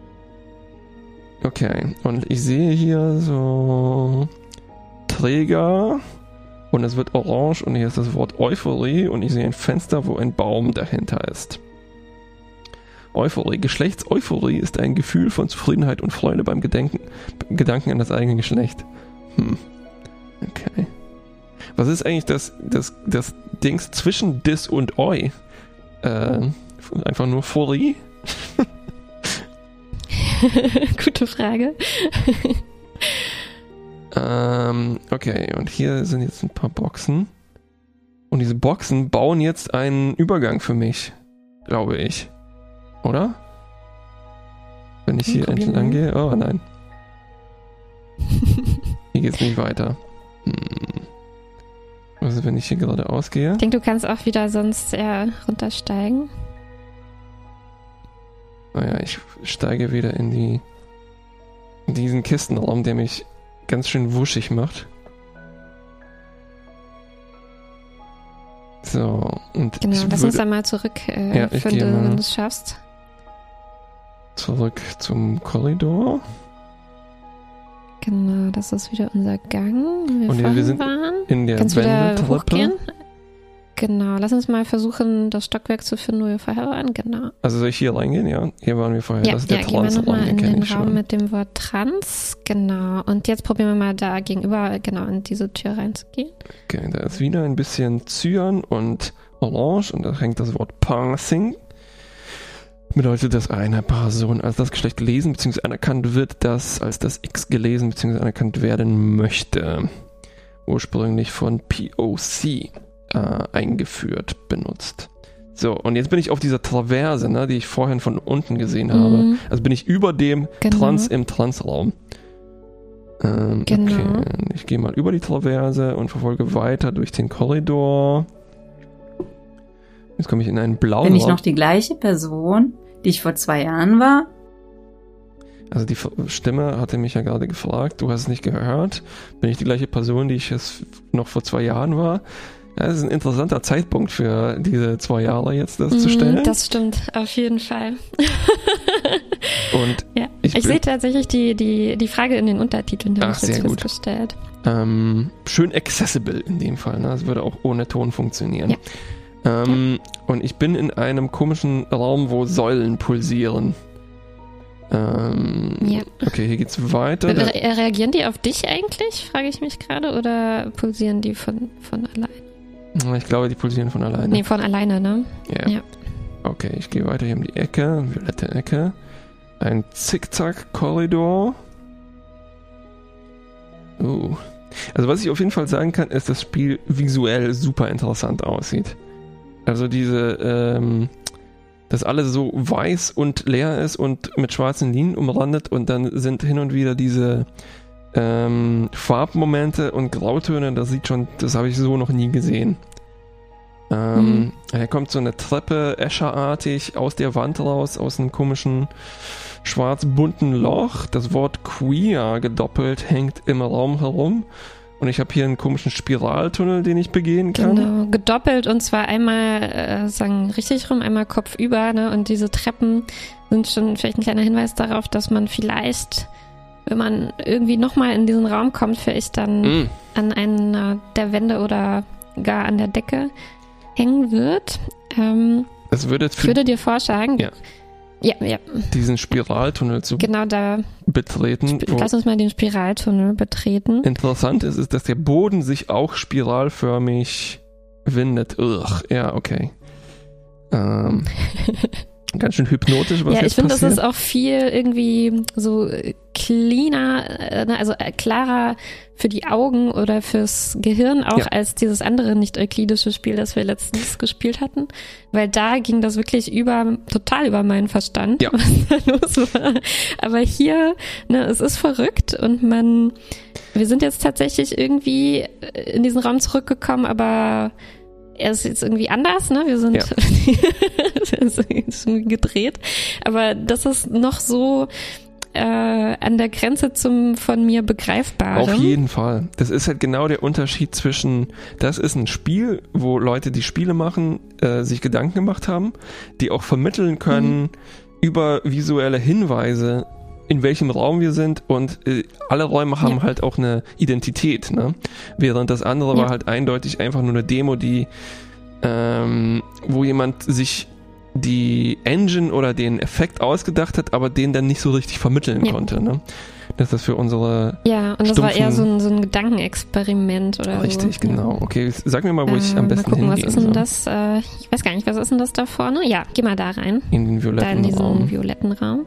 Okay, und ich sehe hier so Träger und es wird orange und hier ist das Wort Euphorie und ich sehe ein Fenster, wo ein Baum dahinter ist. Euphorie. Geschlechtseuphorie ist ein Gefühl von Zufriedenheit und Freude beim Gedenken, Gedanken an das eigene Geschlecht. Hm. Okay. Was ist eigentlich das, das, das Dings zwischen Dis und Eu? Äh, einfach nur Phorie? Gute Frage. ähm, okay, und hier sind jetzt ein paar Boxen. Und diese Boxen bauen jetzt einen Übergang für mich, glaube ich. Oder? Wenn ich hier entlang gehe. Oh nein. Hier geht's nicht weiter. Hm. Also wenn ich hier gerade ausgehe. Ich denke, du kannst auch wieder sonst eher runtersteigen. Naja, ich steige wieder in die in diesen Kistenraum, der mich ganz schön wuschig macht. So, und genau, ich lass würde, uns dann mal zurück äh, ja, ich finden, gehe mal wenn du es schaffst. Zurück zum Korridor. Genau, das ist wieder unser Gang. Wir, und ja, wir sind waren. in der Kannst wieder hochgehen? Wendeltreppe. Genau, lass uns mal versuchen, das Stockwerk zu finden, wo wir vorher waren. Genau. Also soll ich hier reingehen? Ja, hier waren wir vorher. Ja, das ist ja, der gehen wir nochmal Transraum, in den den ich Raum schon. mit dem Wort Trans. Genau. Und jetzt probieren wir mal da gegenüber, genau, in diese Tür reinzugehen. Okay, da ist wieder ein bisschen Cyan und Orange und da hängt das Wort Parsing. Bedeutet, dass eine Person als das Geschlecht gelesen bzw. anerkannt wird, das als das X gelesen bzw. anerkannt werden möchte. Ursprünglich von P O C äh, eingeführt, benutzt. So, und jetzt bin ich auf dieser Traverse, ne, die ich vorhin von unten gesehen habe. Mhm. Also bin ich über dem Genau. Trans im Transraum. Ähm, Genau. Okay, ich gehe mal über die Traverse und verfolge weiter durch den Korridor. Jetzt komme ich in einen blauen Bin ich Raum. noch die gleiche Person, die ich vor zwei Jahren war? Also die F- Stimme hatte mich ja gerade gefragt, du hast es nicht gehört. Bin ich die gleiche Person, die ich es noch vor zwei Jahren war? Ja, das ist ein interessanter Zeitpunkt für diese zwei Jahre jetzt, das zu stellen. Das stimmt, auf jeden Fall. Und Ja. ich, Ich, bin, sehe tatsächlich die, die, die Frage in den Untertiteln, die habe Ach, ich jetzt sehr gut. festgestellt. ähm, schön accessible in dem Fall. Ne? Das würde auch ohne Ton funktionieren. Ja. Ähm, und ich bin in einem komischen Raum, wo Säulen pulsieren. Ähm, Ja. Okay, hier geht's weiter. Da, Re reagieren die auf dich eigentlich, frage ich mich gerade, oder pulsieren die von, von alleine? ich glaube, die pulsieren von alleine. Nee, von alleine, ne? Ja. Ja. Okay, ich gehe weiter hier um die Ecke, violette Ecke. Ein Zickzack-Korridor. Uh. Also was ich auf jeden Fall sagen kann, ist, dass das Spiel visuell super interessant aussieht. Also diese, ähm, dass alles so weiß und leer ist und mit schwarzen Linien umrandet und dann sind hin und wieder diese ähm, Farbmomente und Grautöne, das sieht schon, das habe ich so noch nie gesehen. Ähm, Mhm. Da kommt so eine Treppe, Escherartig, aus der Wand raus, aus einem komischen schwarz-bunten Loch. Das Wort queer gedoppelt hängt im Raum herum. Und ich habe hier einen komischen Spiraltunnel, den ich begehen kann. Genau, gedoppelt und zwar einmal, äh, sagen richtig rum, einmal kopfüber, ne? Und diese Treppen sind schon vielleicht ein kleiner Hinweis darauf, dass man vielleicht, wenn man irgendwie nochmal in diesen Raum kommt, vielleicht dann Mm. an einer der Wände oder gar an der Decke hängen wird. Ähm, Es würde ich für würde dir vorschlagen, Ja. ja, ja, diesen Spiraltunnel zu genau da, betreten. Sp- Wo lass uns mal den Spiraltunnel betreten. interessant ist, ist, dass der Boden sich auch spiralförmig windet. Ugh, ja, okay. Ähm, ganz schön hypnotisch, was Ja, jetzt ich finde, das passiert. ist auch viel irgendwie so äh, cleaner, äh, ne, also äh, klarer für die Augen oder fürs Gehirn auch Ja. als dieses andere nicht-euklidische Spiel, das wir letztens gespielt hatten. Weil da ging das wirklich über, total über meinen Verstand, Ja. was da los war. Aber hier, ne, es ist verrückt und man, wir sind jetzt tatsächlich irgendwie in diesen Raum zurückgekommen, aber er ist jetzt irgendwie anders, ne? Wir sind Ja. es ist irgendwie gedreht. Aber das ist noch so äh, an der Grenze zum von mir Begreifbaren. Auf jeden Fall. Das ist halt genau der Unterschied zwischen, das ist ein Spiel, wo Leute, die Spiele machen, äh, sich Gedanken gemacht haben, die auch vermitteln können Mhm. über visuelle Hinweise, in welchem Raum wir sind und äh, alle Räume haben Ja. halt auch eine Identität, ne? Während das andere Ja. war halt eindeutig einfach nur eine Demo, die ähm, wo jemand sich die Engine oder den Effekt ausgedacht hat, aber den dann nicht so richtig vermitteln Ja. konnte, ne? Das ist für unsere Ja, und das war stumpfen- eher so ein, so ein Gedankenexperiment oder Richtig, so. genau. Okay, sag mir mal, wo ich Äh, am besten Mal gucken, was hingehen ist denn soll. das? Äh, ich weiß gar nicht, was ist denn das da vorne? Ja, geh mal da rein. In den Da in violetten diesen Raum. violetten Raum.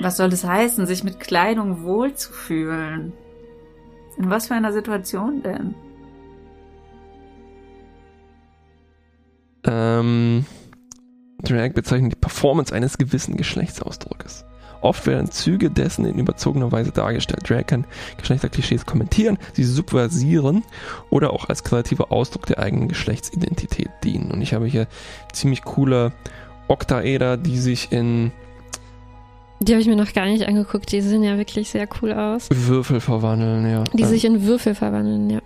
Was soll das heißen, sich mit Kleidung wohlzufühlen? In was für einer Situation denn? Ähm, Drag bezeichnet die Performance eines gewissen Geschlechtsausdrucks. Oft werden Züge dessen in überzogener Weise dargestellt. Drag kann Geschlechterklischees kommentieren, sie subversieren oder auch als kreativer Ausdruck der eigenen Geschlechtsidentität dienen. Und ich habe hier ziemlich coole Oktaeder, die sich in Die habe ich mir noch gar nicht angeguckt. Die sehen ja wirklich sehr cool aus. Würfel verwandeln, ja. Die sich in Würfel verwandeln, ja.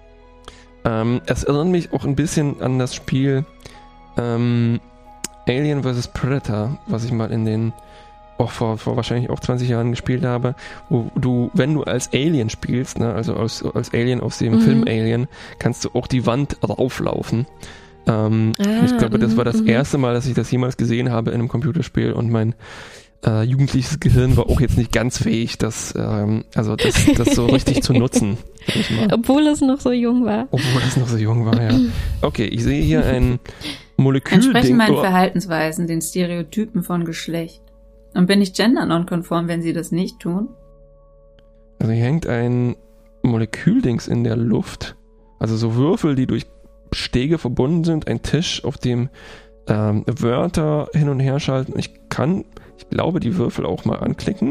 Ähm, es erinnert mich auch ein bisschen an das Spiel ähm, Alien versus. Predator, was ich mal in den auch vor, vor wahrscheinlich auch zwanzig Jahren gespielt habe, wo du, wenn du als Alien spielst, ne, also als, als Alien aus dem mhm. Film Alien, kannst du auch die Wand rauflaufen. Ähm, ah, ich glaube, das war das mhm. erste Mal, dass ich das jemals gesehen habe in einem Computerspiel und mein äh, jugendliches Gehirn war auch jetzt nicht ganz fähig, das, ähm, also das, das so richtig zu nutzen. Ich mal. Obwohl es noch so jung war. Obwohl es noch so jung war, ja. Okay, ich sehe hier ein Molekülding. Entsprechen meinen oh. Verhaltensweisen den Stereotypen von Geschlecht. Und bin ich gender-nonkonform, wenn sie das nicht tun? Also hier hängt ein Moleküldings in der Luft. Also so Würfel, die durch Stege verbunden sind. Ein Tisch, auf dem ähm, Wörter hin und her schalten. Ich kann, ich glaube, die Würfel auch mal anklicken.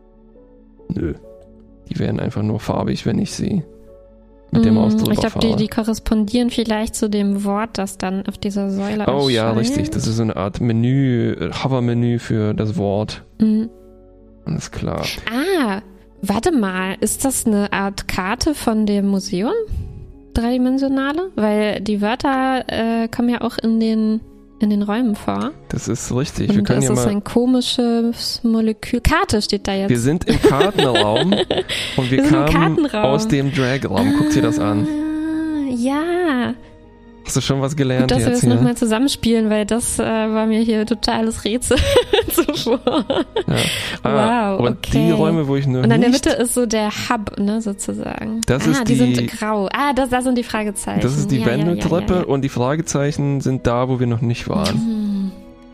Nö. Die werden einfach nur farbig, wenn ich sie mit der Maus drüber Ich glaube, fahre. die, die korrespondieren vielleicht zu dem Wort, das dann auf dieser Säule Oh erscheint. ja, richtig. Das ist so eine Art Menü, Hover-Menü für das Wort. Mhm. Alles klar. Ah, warte mal. Ist das eine Art Karte von dem Museum? Dreidimensionale? Weil die Wörter äh, kommen ja auch in den, in den Räumen vor. Das ist richtig. Und wir können das ja ist mal, ein komisches Molekül. Karte steht da jetzt. wir sind im Kartenraum und wir, Wir sind im kamen Kartenraum. aus dem Drag-Raum. Guck dir das an. Ah, ja. Hast du schon was gelernt Gut, dass wir jetzt das hier? nochmal zusammenspielen, weil das äh, war mir hier totales Rätsel zuvor. Ja. Ah, Wow, und okay. die Räume, wo ich noch Und in der nicht... Mitte ist so der Hub, ne, sozusagen. Das ah, ist die, die- sind grau. Ah, das, da sind die Fragezeichen. Das ist die ja, Wendeltreppe ja, ja, ja. und die Fragezeichen sind da, wo wir noch nicht waren. Hm.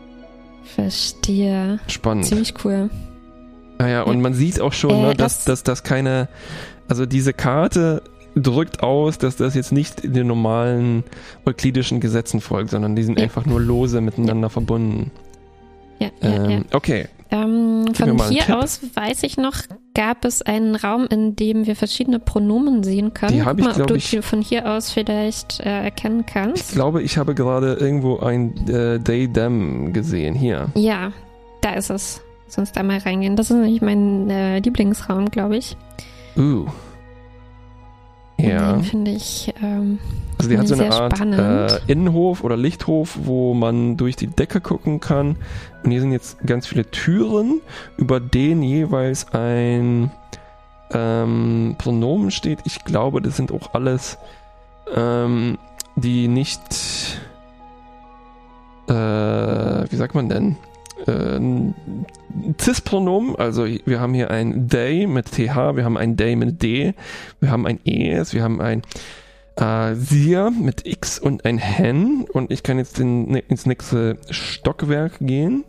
Verstehe. Spannend. Ziemlich cool. Naja, und Ja. man sieht auch schon, Äh, ne, dass, dass das keine... Also diese Karte drückt aus, dass das jetzt nicht in den normalen euklidischen Gesetzen folgt, sondern die sind Ja. einfach nur lose miteinander verbunden. Ja, ja, ja. Ähm, okay, Ähm, Gib mir von mal einen hier Tipp. aus weiß ich noch, gab es einen Raum, in dem wir verschiedene Pronomen sehen können. Die hab Guck ich, mal, ob glaub du ich- die von hier aus vielleicht äh, erkennen ich kannst. glaube, ich habe gerade irgendwo ein äh, They, Them gesehen. Hier. Ja, da ist es. Lass uns da mal reingehen. Das ist nämlich mein äh, Lieblingsraum, glaube ich. Uh. Ja. Den finde ich ähm, Also die hat so eine sehr Art spannend. äh, Innenhof oder Lichthof, wo man durch die Decke gucken kann. Und hier sind jetzt ganz viele Türen, über denen jeweils ein ähm, Pronomen steht. Ich glaube, das sind auch alles ähm, die nicht äh, wie sagt man denn? Äh, Cis-Pronomen, also wir haben hier ein they mit T H, wir haben ein they mit D, wir haben ein es, wir haben ein äh, sie mit X und ein hen und ich kann jetzt in, ins nächste Stockwerk gehen.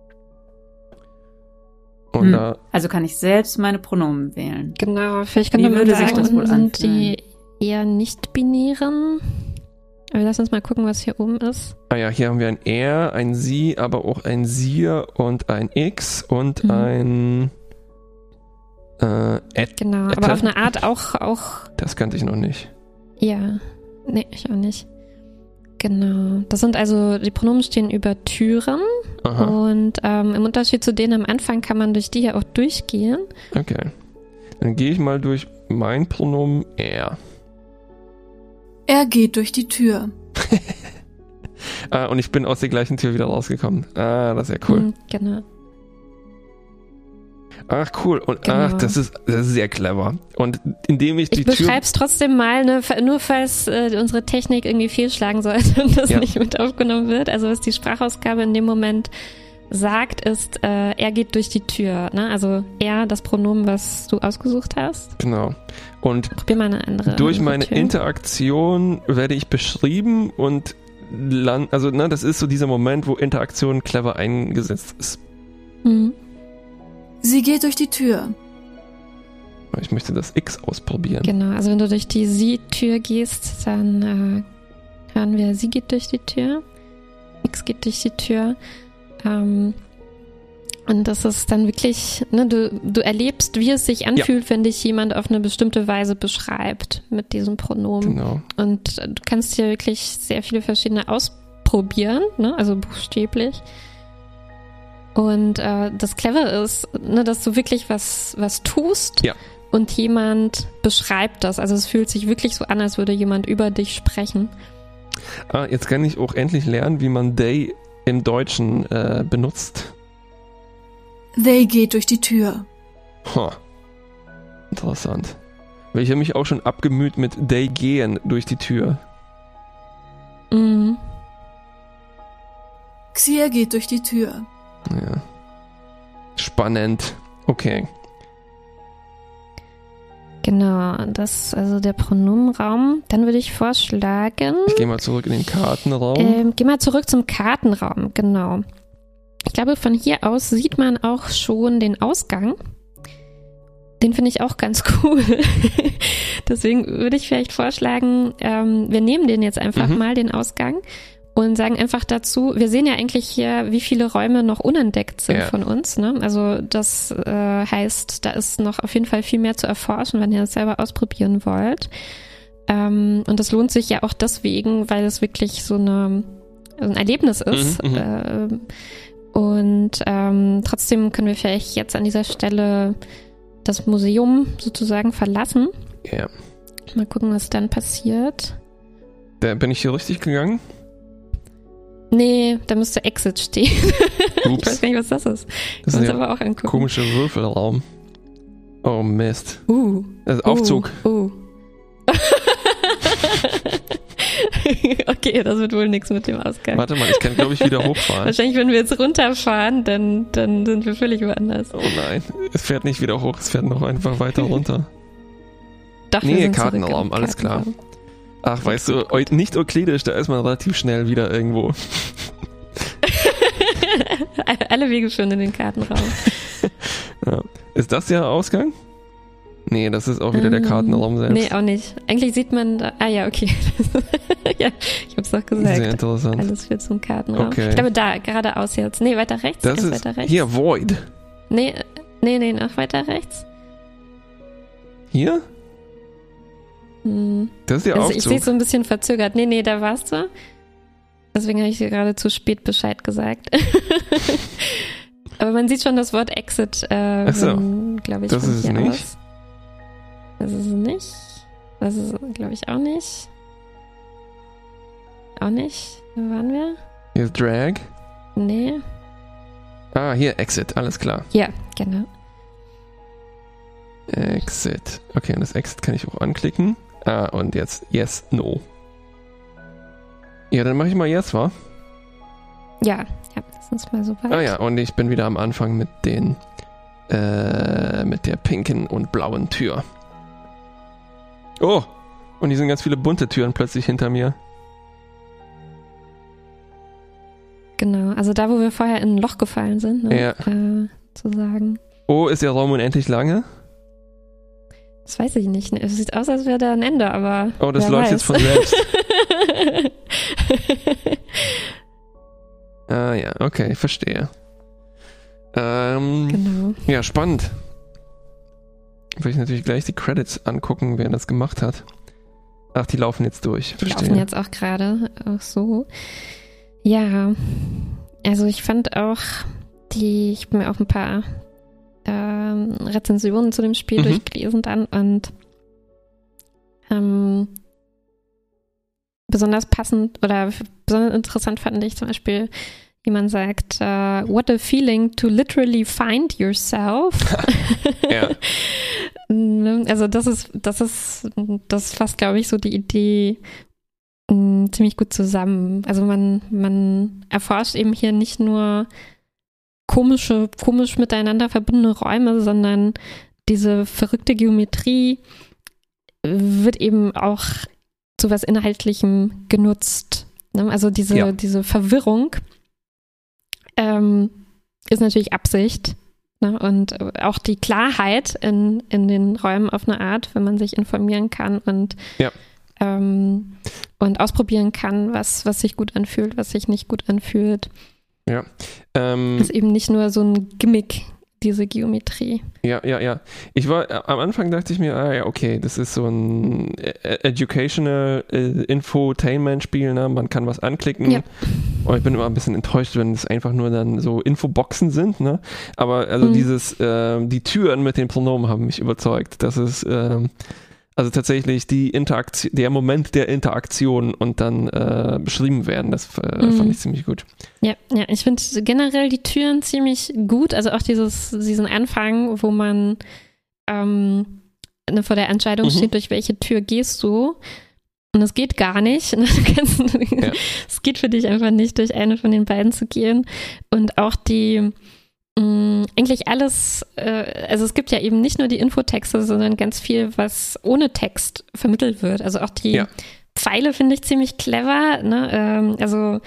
Und Hm. da, Also kann ich selbst meine Pronomen wählen. Genau, vielleicht könnte Wie man würde sagen, sich das wohl sind anfühlen? die eher nicht-binären. Aber lass uns mal gucken, was hier oben ist. ah ja, hier haben wir ein er, ein sie, aber auch ein sie und ein X und Mhm. ein äh, et, Genau, Ette? aber auf eine Art auch, auch, das kannte ich noch nicht. ja, nee, ich auch nicht. Genau, das sind also, die Pronomen stehen über Türen Aha, und ähm, im Unterschied zu denen am Anfang kann man durch die ja auch durchgehen. okay. Dann gehe ich mal durch mein Pronomen er. Er geht durch die Tür. Ah, und ich bin aus der gleichen Tür wieder rausgekommen. Ah, das ist ja cool. Mhm, genau. Ach, cool. Und Genau. ach, das ist, das ist sehr clever. Und indem ich die Ich Tür... beschreib's trotzdem mal, ne, nur falls äh, unsere Technik irgendwie fehlschlagen sollte und das Ja. nicht mit aufgenommen wird. Also was die Sprachausgabe in dem Moment sagt, ist, äh, er geht durch die Tür. Ne? Also er, das Pronomen, was du ausgesucht hast. Genau. Und Probier mal eine andere. durch andere meine Tür. Interaktion werde ich beschrieben und land, also ne, das ist so dieser Moment, wo Interaktion clever eingesetzt ist. Mhm. Sie geht durch die Tür. Ich möchte das X ausprobieren. Genau, also wenn du durch die Sie-Tür gehst, dann äh, hören wir, sie geht durch die Tür, X geht durch die Tür. Ähm, und das ist dann wirklich, ne, du, du erlebst, wie es sich anfühlt, ja. wenn dich jemand auf eine bestimmte Weise beschreibt mit diesem Pronomen. Genau. Und du kannst hier wirklich sehr viele verschiedene ausprobieren, ne, also buchstäblich. Und äh, das Clevere ist, ne, dass du wirklich was, was tust. Ja. Und jemand beschreibt das. Also es fühlt sich wirklich so an, als würde jemand über dich sprechen. Ah, jetzt kann ich auch endlich lernen, wie man they im Deutschen äh, benutzt. They geht durch die Tür. Ha. Interessant. Weil ich habe mich auch schon abgemüht mit they gehen durch die Tür. Mhm. Xia geht durch die Tür. Ja. Spannend. Okay. Genau, das also der Pronomenraum. Dann würde ich vorschlagen. Ich gehe mal zurück in den Kartenraum. Ähm, geh mal zurück zum Kartenraum, genau. Ich glaube, von hier aus sieht man auch schon den Ausgang. Den finde ich auch ganz cool. Deswegen würde ich vielleicht vorschlagen, ähm, wir nehmen den jetzt einfach mhm. mal, den Ausgang, und sagen einfach dazu, wir sehen ja eigentlich hier, wie viele Räume noch unentdeckt sind ja. von uns. Ne? Also das äh, heißt, da ist noch auf jeden Fall viel mehr zu erforschen, wenn ihr das selber ausprobieren wollt. Ähm, und das lohnt sich ja auch deswegen, weil es wirklich so, eine, so ein Erlebnis ist. Mhm, äh, und ähm, trotzdem können wir vielleicht jetzt an dieser Stelle das Museum sozusagen verlassen. Ja. Mal gucken, was dann passiert. Da bin ich hier richtig gegangen? Nee, da müsste Exit stehen. Ups. Ich weiß gar nicht, was das ist. Das ist uns ja aber auch angucken. Komischer Würfelraum. Oh Mist. Uh. Also Aufzug. Uh. uh. Okay, das wird wohl nichts mit dem Ausgang. Warte mal, ich kann, glaube ich, wieder hochfahren. Wahrscheinlich, wenn wir jetzt runterfahren, dann, dann sind wir völlig woanders. Oh nein, es fährt nicht wieder hoch, es fährt noch einfach weiter runter. Doch, nee, wir sind Kartenraum, alles klar. Ach, weißt du, nicht euklidisch, da ist man relativ schnell wieder irgendwo. Alle Wege führen in den Kartenraum. Ja. Ist das der Ausgang? Nee, das ist auch wieder ähm, der Kartenraum selbst. Nee, auch nicht. Eigentlich sieht man da, ah ja, okay. Ja, ich hab's doch gesagt. Sehr interessant. Alles führt zum Kartenraum. Okay. Ich glaube da, geradeaus jetzt. Nee, weiter rechts. Das ist weiter rechts. hier, Void. Nee, nee, nee, noch weiter rechts. Hier? Hm. Das ist der also Aufzug. Ich sehe es so ein bisschen verzögert. Nee, nee, da warst du. Deswegen habe ich dir gerade zu spät Bescheid gesagt. Aber man sieht schon das Wort Exit, äh, Ach so. glaube ich, das von ist hier es nicht. aus. Das ist es nicht. Das ist, glaube ich, auch nicht. Auch nicht. Wo waren wir? Hier ist Drag. Nee. Ah, hier, Exit, alles klar. Ja, genau. Exit. Okay, und das Exit kann ich auch anklicken. Ah, und jetzt Yes, No. Ja, dann mache ich mal Yes, wa? Ja, ja, lass uns mal so weit. Ah ja, und ich bin wieder am Anfang mit den, äh, mit der pinken und blauen Tür. Oh, und hier sind ganz viele bunte Türen plötzlich hinter mir. Genau, also da, wo wir vorher in ein Loch gefallen sind, ne? Ja. Äh, zu sagen. Oh, ist der Raum unendlich lange? Das weiß ich nicht. Es sieht aus, als wäre da ein Ende, aber oh, das wer läuft weiß. jetzt von selbst. Ah ja, okay, verstehe. Ähm, genau. Ja, spannend. Will ich natürlich gleich die Credits angucken, wer das gemacht hat. Ach, die laufen jetzt durch. Die Verstehe. laufen jetzt auch gerade auch so. Ja, also ich fand auch die, ich habe mir auch ein paar ähm, Rezensionen zu dem Spiel mhm. durchgelesen dann und ähm, besonders passend oder besonders interessant fand ich zum Beispiel, wie man sagt, uh, what a feeling to literally find yourself. Ja. Also das ist, das ist, das fasst, glaube ich, so die Idee mh, ziemlich gut zusammen. Also man, man erforscht eben hier nicht nur komische, komisch miteinander verbundene Räume, sondern diese verrückte Geometrie wird eben auch zu was Inhaltlichem genutzt. Also diese, ja. diese Verwirrung ähm, ist natürlich Absicht. Ne? Und auch die Klarheit in, in den Räumen auf eine Art, wenn man sich informieren kann und, ja. ähm, und ausprobieren kann, was, was sich gut anfühlt, was sich nicht gut anfühlt. Ja. Ähm, ist eben nicht nur so ein Gimmick, diese Geometrie. Ja, ja, ja. Ich war, am Anfang dachte ich mir, ah ja, okay, das ist so ein educational äh, Infotainment-Spiel, ne? Man kann was anklicken. Ja. Und ich bin immer ein bisschen enttäuscht, wenn es einfach nur dann so Infoboxen sind, ne? Aber also mhm. dieses, äh, die Türen mit den Pronomen haben mich überzeugt. Das ist, äh, also tatsächlich die Interaktion, der Moment der Interaktion und dann äh, beschrieben werden, das äh, mhm. fand ich ziemlich gut. Ja, ja, ich finde generell die Türen ziemlich gut, also auch dieses, diesen Anfang, wo man ähm, ne, vor der Entscheidung mhm. steht, durch welche Tür gehst du und es geht gar nicht, ne? Du kannst, ja. Es geht für dich einfach nicht, durch eine von den beiden zu gehen und auch die mh, eigentlich alles, äh, also es gibt ja eben nicht nur die Infotexte, sondern ganz viel, was ohne Text vermittelt wird, also auch die ja. Pfeile finde ich ziemlich clever, ne? ähm, also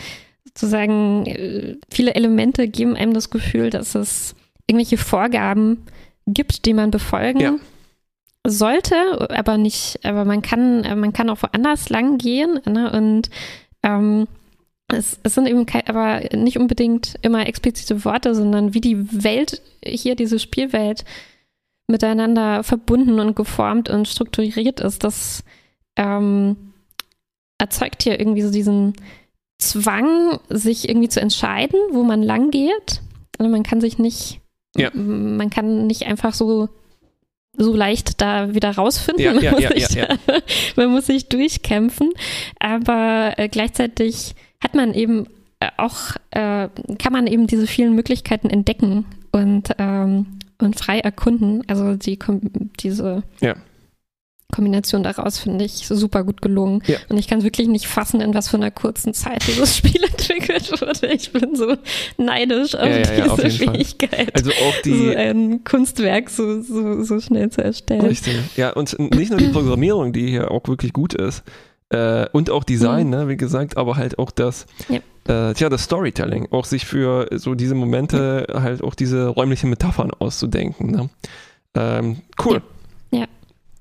sozusagen viele Elemente geben einem das Gefühl, dass es irgendwelche Vorgaben gibt, die man befolgen ja. sollte, aber nicht, aber man kann, man kann auch woanders lang gehen, ne? Und ähm, es, es sind eben kein, aber nicht unbedingt immer explizite Worte, sondern wie die Welt hier, diese Spielwelt miteinander verbunden und geformt und strukturiert ist, das ähm, erzeugt hier irgendwie so diesen Zwang, sich irgendwie zu entscheiden, wo man lang geht. Also man kann sich nicht, ja. man kann nicht einfach so, so leicht da wieder rausfinden. Ja, man, ja, muss ja, sich ja, da, ja. man muss sich durchkämpfen, aber äh, gleichzeitig hat man eben äh, auch, äh, kann man eben diese vielen Möglichkeiten entdecken und, ähm, und frei erkunden. Also die, diese ja. Kombination daraus finde ich super gut gelungen. Ja. Und ich kann wirklich nicht fassen, in was für einer kurzen Zeit dieses Spiel entwickelt wurde. Ich bin so neidisch auf ja, ja, ja, diese auf Fähigkeit, also auch die, so ein Kunstwerk so, so, so schnell zu erstellen. Richtig. Ja, und nicht nur die Programmierung, die hier auch wirklich gut ist, äh, und auch Design, mhm. ne, wie gesagt, aber halt auch das, ja. äh, tja, das Storytelling, auch sich für so diese Momente ja. halt auch diese räumlichen Metaphern auszudenken. Ne? Ähm, cool. Ja. ja.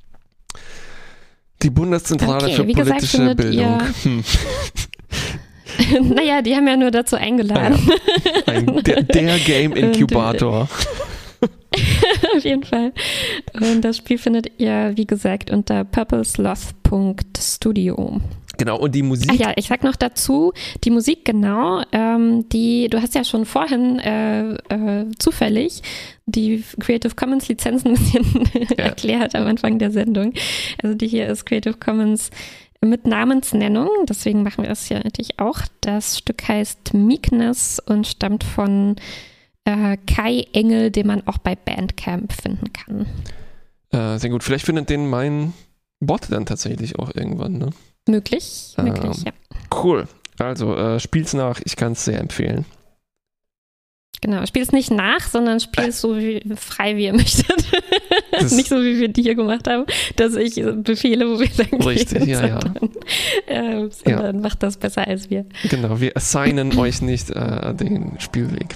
Die Bundeszentrale okay, für wie politische gesagt, Bildung. Hm. Naja, die haben ja nur dazu eingeladen. Ja, ein, der, der Game Incubator. Auf jeden Fall. Und das Spiel findet ihr, wie gesagt, unter purplesloth punkt studio. Genau, und die Musik. Ach ja, ich sag noch dazu, die Musik genau, ähm, die, du hast ja schon vorhin äh, äh, zufällig die Creative Commons Lizenzen ein bisschen ja. erklärt am Anfang der Sendung. Also die hier ist Creative Commons mit Namensnennung, deswegen machen wir das hier natürlich auch. Das Stück heißt Meekness und stammt von äh, Kai Engel, den man auch bei Bandcamp finden kann. Äh, sehr gut, vielleicht findet den mein Bot dann tatsächlich auch irgendwann, ne? Möglich, möglich, ähm, ja. Cool. Also, äh, spiel's nach, ich kann es sehr empfehlen. Genau, spiel es nicht nach, sondern spiel es so wie, frei, wie ihr möchtet. Nicht so, wie wir die hier gemacht haben, dass ich Befehle, wo wir sagen, richtig, ja, ja. Sondern, äh, sondern ja. macht das besser als wir. Genau, wir assignen euch nicht äh, den Spielweg.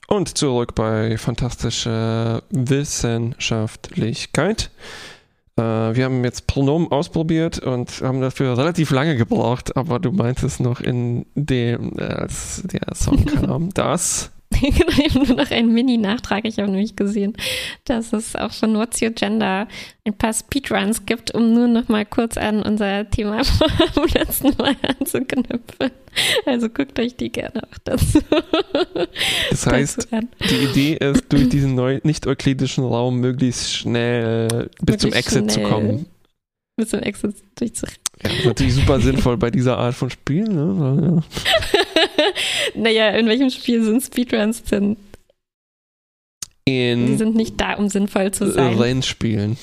Und zurück bei Fantastische Wissenschaftlichkeit. Äh, wir haben jetzt Pronomen ausprobiert und haben dafür relativ lange gebraucht, aber du meintest noch in dem, als der Song kam, dass... Nur noch ein Mini-Nachtrag. Ich habe nämlich gesehen, dass es auch von What's Your Gender ein paar Speedruns gibt, um nur noch mal kurz an unser Thema vom letzten Mal anzuknüpfen. Also guckt euch die gerne auch dazu. Das heißt, die Idee ist, durch diesen neu, nicht-euklidischen Raum möglichst schnell bis zum Exit zu kommen. Bis zum Exit durchzurennen. Ja, das ist natürlich super sinnvoll bei dieser Art von Spiel, ne? Weil, ja. Naja, in welchem Spiel sind Speedruns denn? In Die sind nicht da, um sinnvoll zu sein. Rennspielen.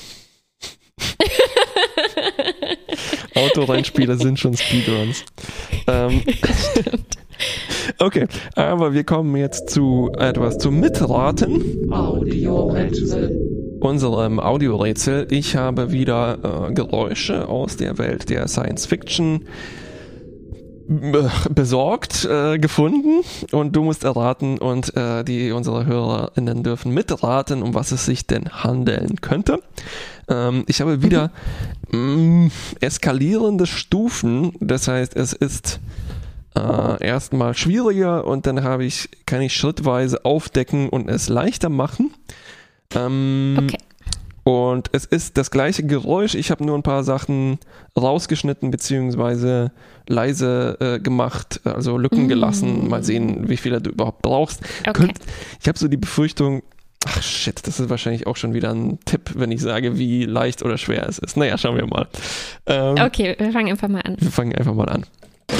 Autorennspiele sind schon Speedruns. Ähm, Stimmt. Okay, aber wir kommen jetzt zu etwas zum Mitraten. Audiorätsel. Unserem Audiorätsel. Ich habe wieder äh, Geräusche aus der Welt der Science Fiction be- besorgt, äh, gefunden und du musst erraten und äh, die unsere HörerInnen dürfen mitraten, um was es sich denn handeln könnte. Ähm, ich habe wieder mh, eskalierende Stufen, das heißt, es ist äh, erstmal schwieriger und dann habe ich, kann ich schrittweise aufdecken und es leichter machen. Ähm, Okay. Und es ist das gleiche Geräusch. Ich habe nur ein paar Sachen rausgeschnitten beziehungsweise leise äh, gemacht, also Lücken Mm. gelassen. Mal sehen, wie viele du überhaupt brauchst. Okay. Könnt, ich habe so die Befürchtung, ach shit, das ist wahrscheinlich auch schon wieder ein Tipp, wenn ich sage, wie leicht oder schwer es ist. Naja, schauen wir mal. Ähm, Okay, wir fangen einfach mal an. Wir fangen einfach mal an.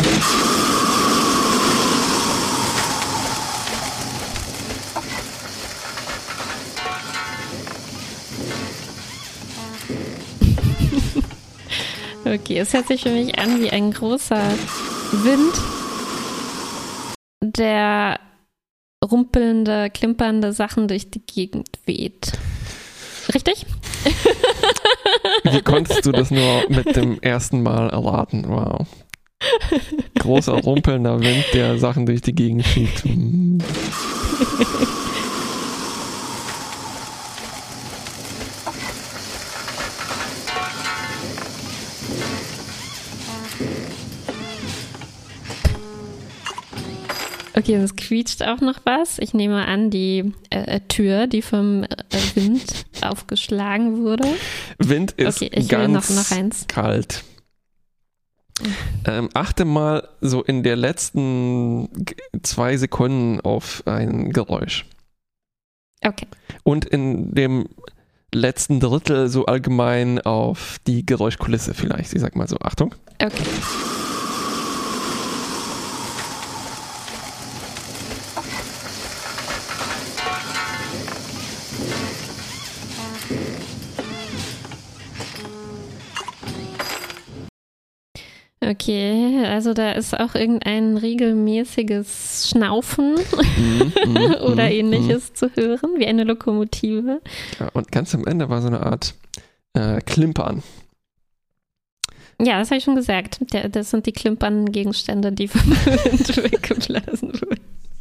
Okay, es hört sich für mich an wie ein großer Wind, der rumpelnde, klimpernde Sachen durch die Gegend weht. Richtig? Wie konntest du das nur mit dem ersten Mal erraten? Wow. Großer, rumpelnder Wind, der Sachen durch die Gegend schiebt. Hm. Okay, es quietscht auch noch was. Ich nehme an, die äh, Tür, die vom äh, Wind aufgeschlagen wurde. Wind ist Okay, ich will ganz noch- noch eins. kalt. Ähm, achte mal so in der letzten g- zwei Sekunden auf ein Geräusch. Okay. Und in dem letzten Drittel so allgemein auf die Geräuschkulisse vielleicht. Ich sag mal so, Achtung. Okay. Okay, also da ist auch irgendein regelmäßiges Schnaufen Mhm, mhm, oder mhm, ähnliches zu hören, wie eine Lokomotive. mhm. Ja, und ganz am Ende war so eine Art äh, Klimpern. Ja, das habe ich schon gesagt. Der, das sind die klimpernden Gegenstände, die vom Wind weggeblasen wurden.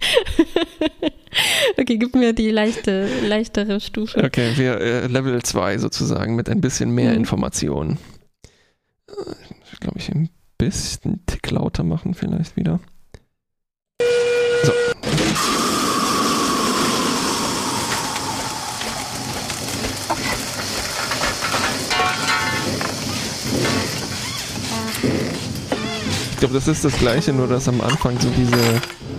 Okay, gib mir die leichte, leichtere Stufe. Okay, wir äh, Level zwei sozusagen mit ein bisschen mehr Mhm. Informationen. Äh, Ich glaube, ich ein bisschen einen Tick lauter machen vielleicht wieder. So. Ich glaube, das ist das Gleiche, nur dass am Anfang so diese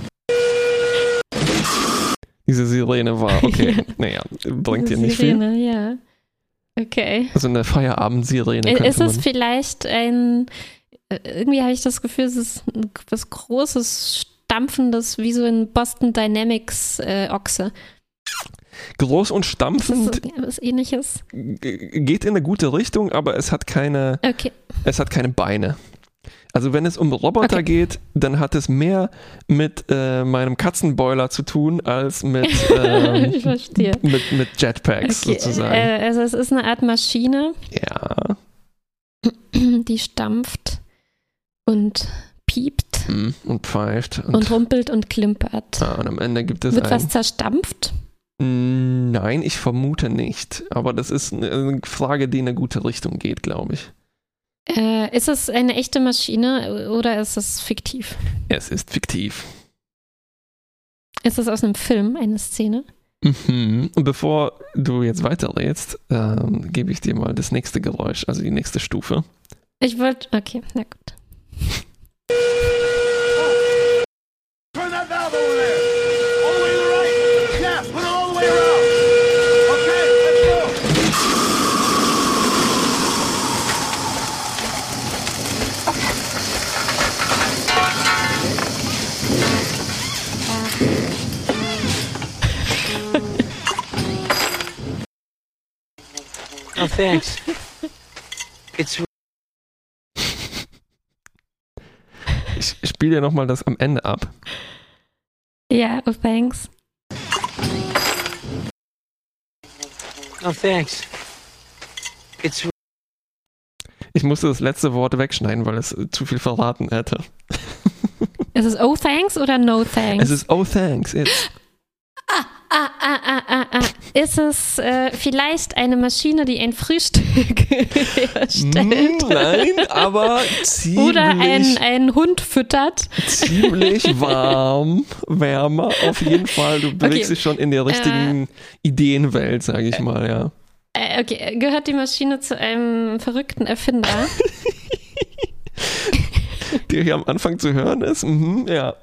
diese Sirene war. Okay, naja, bringt dir nicht viel. Sirene, ja. Okay. Also eine Feierabend-Sirene könnte Ist es man. vielleicht ein, äh, irgendwie habe ich das Gefühl, es ist ein- was Großes, Stampfendes, wie so ein Boston Dynamics äh, Ochse. Groß und Ist stampfend, das was Ähnliches? g- geht in eine gute Richtung, aber es hat keine, Okay. es hat keine Beine. Also wenn es um Roboter Okay. geht, dann hat es mehr mit äh, meinem Katzenboiler zu tun, als mit, ähm, Ich verstehe. mit, mit Jetpacks Okay, sozusagen. äh, also es ist eine Art Maschine, Ja. die stampft und piept. Mhm. Und pfeift. Und, Und rumpelt und klimpert. ja, und am Ende gibt es Wird ein... was zerstampft? Nein, ich vermute nicht. Aber das ist eine Frage, die in eine gute Richtung geht, glaube ich. Äh, ist es eine echte Maschine oder ist es fiktiv? Es ist fiktiv. Ist es aus einem Film, eine Szene? Mhm. Und bevor du jetzt weiterredest, ähm, gebe ich dir mal das nächste Geräusch, also die nächste Stufe. Ich wollte, okay, na gut. Turn that valve over there. All the way to the right. Yeah, put it all the way around. Okay, let's go. Oh, thanks. It's Ich spiele dir nochmal das am Ende ab. Ja, oh, thanks. oh, thanks. It's Ich musste das letzte Wort wegschneiden, weil es zu viel verraten hätte. Ist es oh, thanks oder no, thanks? Es ist oh, thanks. It's Ah, ah, ah, ah, ah, ah. Ist es äh, vielleicht eine Maschine, die ein Frühstück herstellt? Nein, aber ziemlich, Oder ein, ein Hund füttert? ziemlich warm, wärmer auf jeden Fall. Du bewegst Okay. dich schon in der richtigen Ideenwelt, sage ich mal, ja. Äh, okay, gehört die Maschine zu einem verrückten Erfinder? Der hier am Anfang zu hören ist, mhm, ja.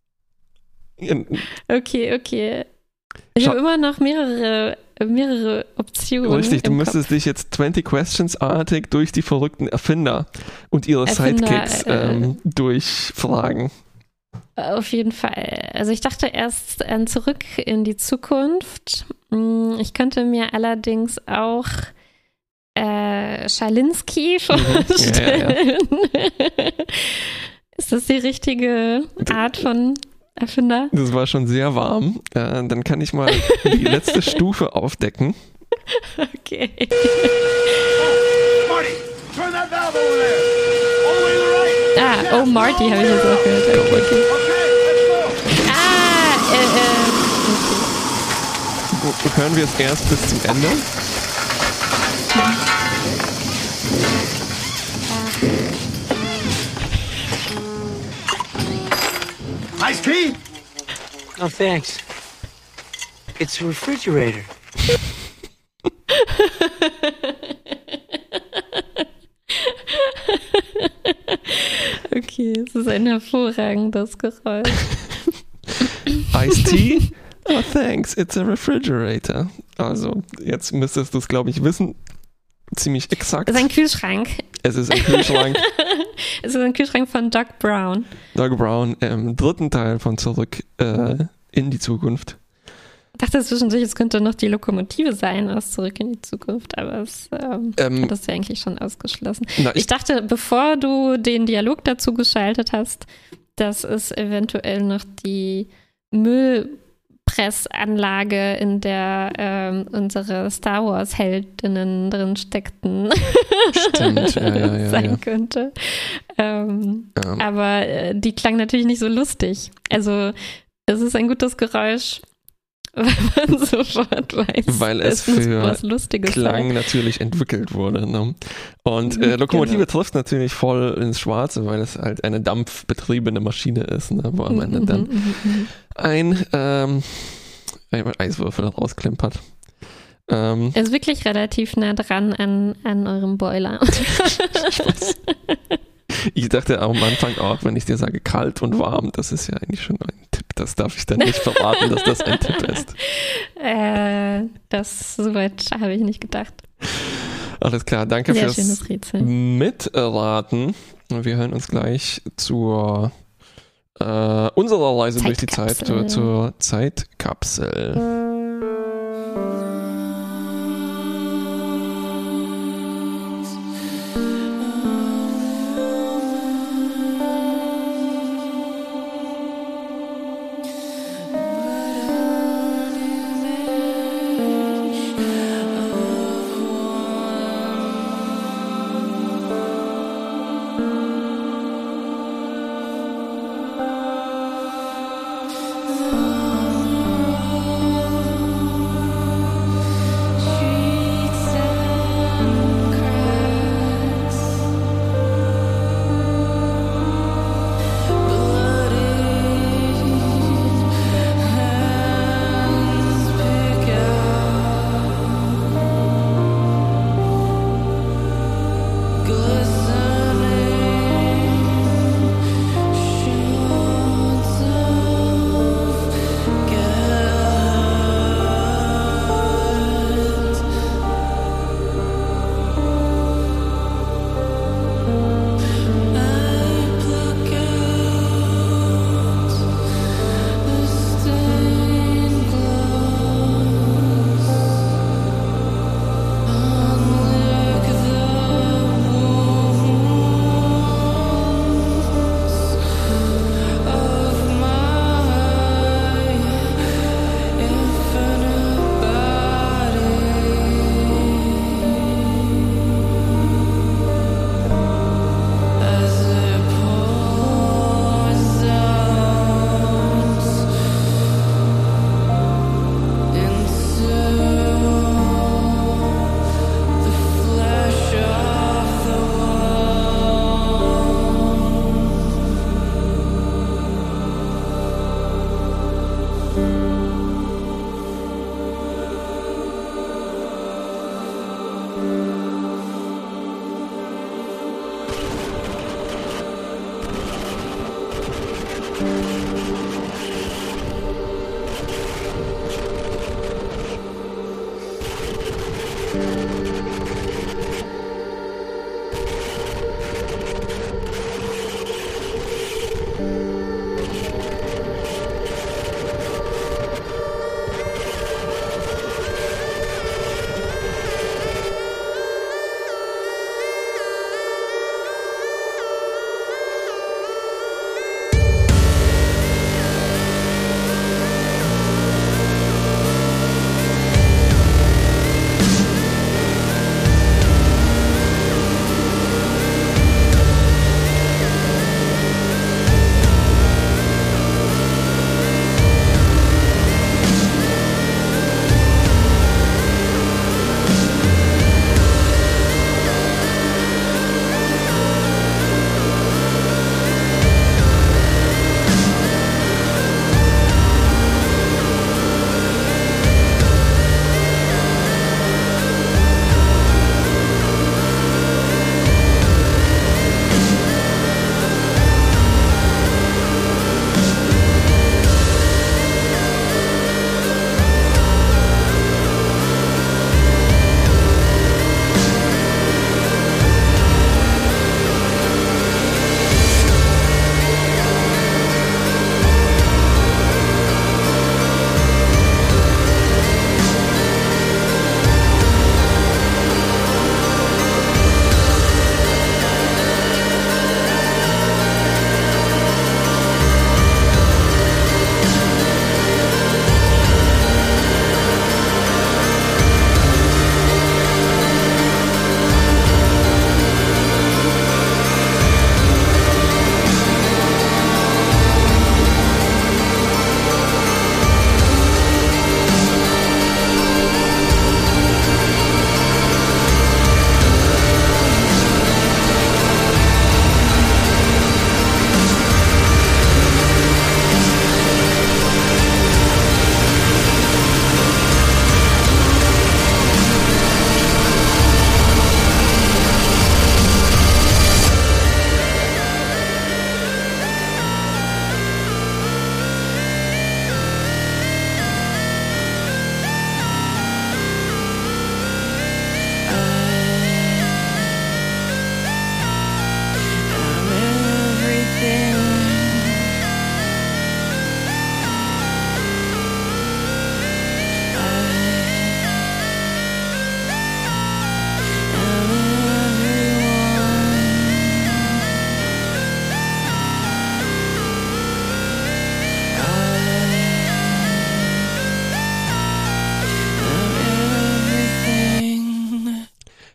Okay, okay. Ich Schau- habe immer noch mehrere, mehrere Optionen. Richtig, du im müsstest Kopf. dich jetzt zwanzig Questions-artig durch die verrückten Erfinder und ihre Erfinder, Sidekicks äh, ähm, durchfragen. Auf jeden Fall. Also ich dachte erst an Zurück in die Zukunft. Hm, Ich könnte mir allerdings auch äh, Schalinski vorstellen. Ja, Ist das die richtige Art von Erfinder? Das war schon sehr warm. Äh, dann kann ich mal die letzte Stufe aufdecken. Okay. Marty, turn that valve over there. All the way to the right. Ah, Yeah, oh Marty all the habe ich way jetzt auch gehört. around. Okay, okay. Okay, let's go. Ah, äh, äh, okay. Hören wir es erst bis zum Ende. Iced tea? oh, thanks. It's a refrigerator. Okay, es ist ein hervorragendes Geräusch. Iced Tea? Oh, thanks, it's a refrigerator. Also, jetzt müsstest du es, glaube ich, wissen. Ziemlich exakt. Es ist ein Kühlschrank. Es ist ein Kühlschrank. Es ist ein Kühlschrank von Doc Brown. Doc Brown im dritten Teil von Zurück äh, in die Zukunft. Ich dachte zwischendurch, es könnte noch die Lokomotive sein aus Zurück in die Zukunft, aber es ähm, Ähm, hat das ja eigentlich schon ausgeschlossen. Na, Ich ich, dachte, bevor du den Dialog dazu geschaltet hast, dass es eventuell noch die Müllpressanlage, in der ähm, unsere Star Wars Heldinnen drin steckten, Stimmt, ja, ja, ja, sein ja. könnte. Ähm, ähm, aber äh, die klang natürlich nicht so lustig. Also es ist ein gutes Geräusch, weil man sofort weiß, Weil es muss für was Lustiges Klang sein. natürlich entwickelt wurde. Ne? Und äh, Lokomotive Genau. trifft natürlich voll ins Schwarze, weil es halt eine dampfbetriebene Maschine ist, ne? Wo am Ende dann Mhm, mhm, ein, ähm, ein Eiswürfel rausklimpert. Ähm, Er ist wirklich relativ nah dran an, an eurem Boiler. ich dachte am Anfang auch, wenn ich dir sage kalt und warm, das ist ja eigentlich schon ein Tipp. Das darf ich dann nicht verraten, dass das ein Tipp ist. äh, das, soweit habe ich nicht gedacht. Alles klar, danke Sehr fürs schönes Rätsel. Mitraten. Wir hören uns gleich zur äh, unserer Reise durch die Zeit, zur, Zeitkapsel. zur Zeitkapsel.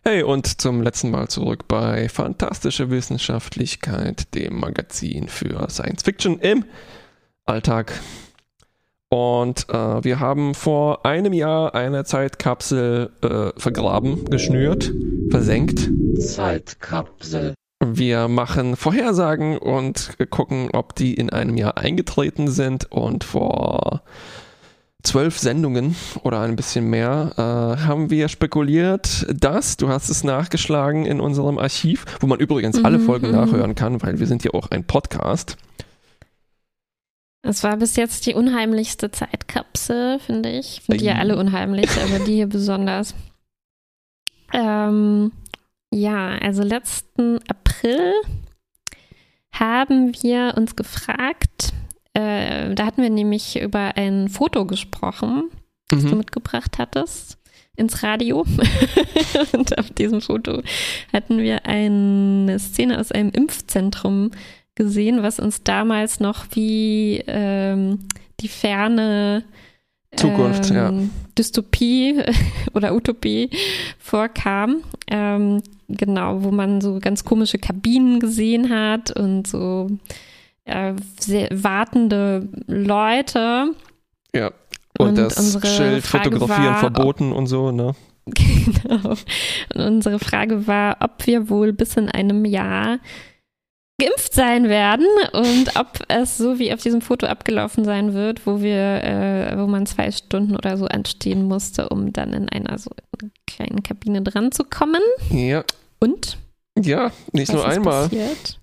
Hey, und zum letzten Mal zurück bei Fantastische Wissenschaftlichkeit, dem Magazin für Science Fiction im Alltag. Und äh, wir haben vor einem Jahr eine Zeitkapsel äh, vergraben, geschnürt, versenkt. Zeitkapsel. Wir machen Vorhersagen und gucken, ob die in einem Jahr eingetreten sind. Und vor zwölf Sendungen oder ein bisschen mehr äh, haben wir spekuliert, dass, du hast es nachgeschlagen in unserem Archiv, wo man übrigens mhm, alle Folgen mhm. nachhören kann, weil wir sind ja auch ein Podcast. Es war bis jetzt die unheimlichste Zeitkapsel, finde ich. Ich finde die ja alle unheimlich, aber die hier besonders. Ähm, ja, also letzten April haben wir uns gefragt, äh, da hatten wir nämlich über ein Foto gesprochen, das mhm. du mitgebracht hattest, ins Radio. Und auf diesem Foto hatten wir eine Szene aus einem Impfzentrum gesehen, was uns damals noch wie ähm, die ferne Zukunft, ähm, ja. Dystopie oder Utopie vorkam. Ähm, genau, wo man so ganz komische Kabinen gesehen hat und so äh, sehr wartende Leute. Ja, und, und das Schild Frage fotografieren war, verboten und so, ne? Genau. Und unsere Frage war, ob wir wohl bis in einem Jahr geimpft sein werden und ob es so wie auf diesem Foto abgelaufen sein wird, wo wir, äh, wo man zwei Stunden oder so anstehen musste, um dann in einer so kleinen Kabine dran zu kommen. Ja. Und? Ja, nicht was nur ist einmal. Passiert?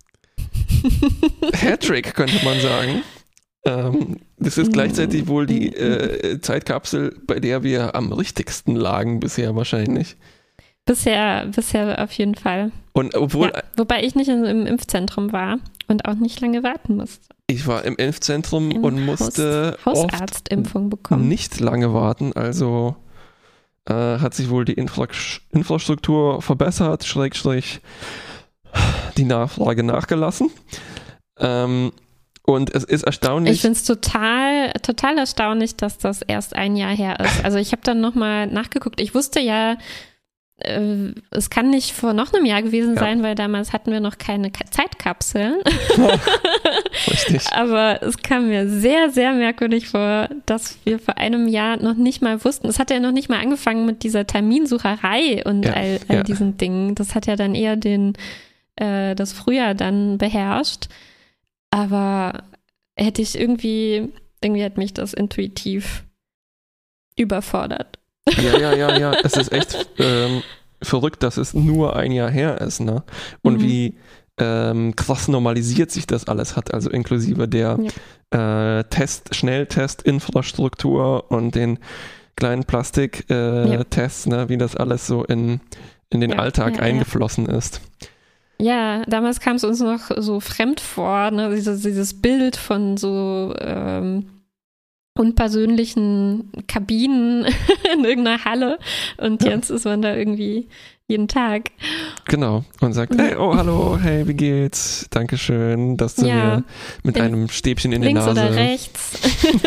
Hattrick könnte man sagen. Ähm, das ist gleichzeitig wohl die äh, Zeitkapsel, bei der wir am richtigsten lagen bisher wahrscheinlich. Bisher, bisher auf jeden Fall. Und obwohl, ja, wobei ich nicht im Impfzentrum war und auch nicht lange warten musste. Ich war im Impfzentrum Im und musste Haus, Hausarztimpfung bekommen. Nicht lange warten, also äh, hat sich wohl die Infra- Infrastruktur verbessert, Schrägstrich die Nachfrage nachgelassen. Ähm, und es ist erstaunlich. Ich finde es total, total erstaunlich, dass das erst ein Jahr her ist. Also ich habe dann nochmal nachgeguckt. Ich wusste ja, äh, es kann nicht vor noch einem Jahr gewesen ja. sein, weil damals hatten wir noch keine Ka- Zeitkapseln. Richtig. Aber es kam mir sehr, sehr merkwürdig vor, dass wir vor einem Jahr noch nicht mal wussten. Es hat ja noch nicht mal angefangen mit dieser Terminsucherei und ja, all, all ja. diesen Dingen. Das hat ja dann eher den, äh, das Frühjahr dann beherrscht. Aber hätte ich irgendwie, irgendwie hat mich das intuitiv überfordert. Ja, ja, ja, ja. Es ist echt ähm, verrückt, dass es nur ein Jahr her ist, ne? Und mhm. wie ähm, krass normalisiert sich das alles hat, also inklusive der ja. äh, Test, Schnelltest-Infrastruktur und den kleinen Plastik-Tests, äh, ja. ne? Wie das alles so in, in den ja, Alltag ja, eingeflossen ja. ist. Ja, damals kam es uns noch so fremd vor, ne? dieses, dieses Bild von so ähm, unpersönlichen Kabinen in irgendeiner Halle und ja. jetzt ist man da irgendwie jeden Tag. Genau, und sagt, hey, oh, hallo, hey, wie geht's? Dankeschön, dass du ja. mir mit Links, einem Stäbchen in die links Nase... Links oder rechts.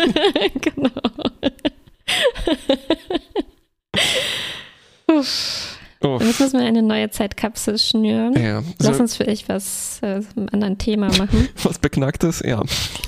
Genau. Uff. Uff. Jetzt müssen wir eine neue Zeitkapsel schnüren. Ja. Lass so, uns vielleicht was äh, mit einem anderen Thema machen. Was Beknacktes, ja.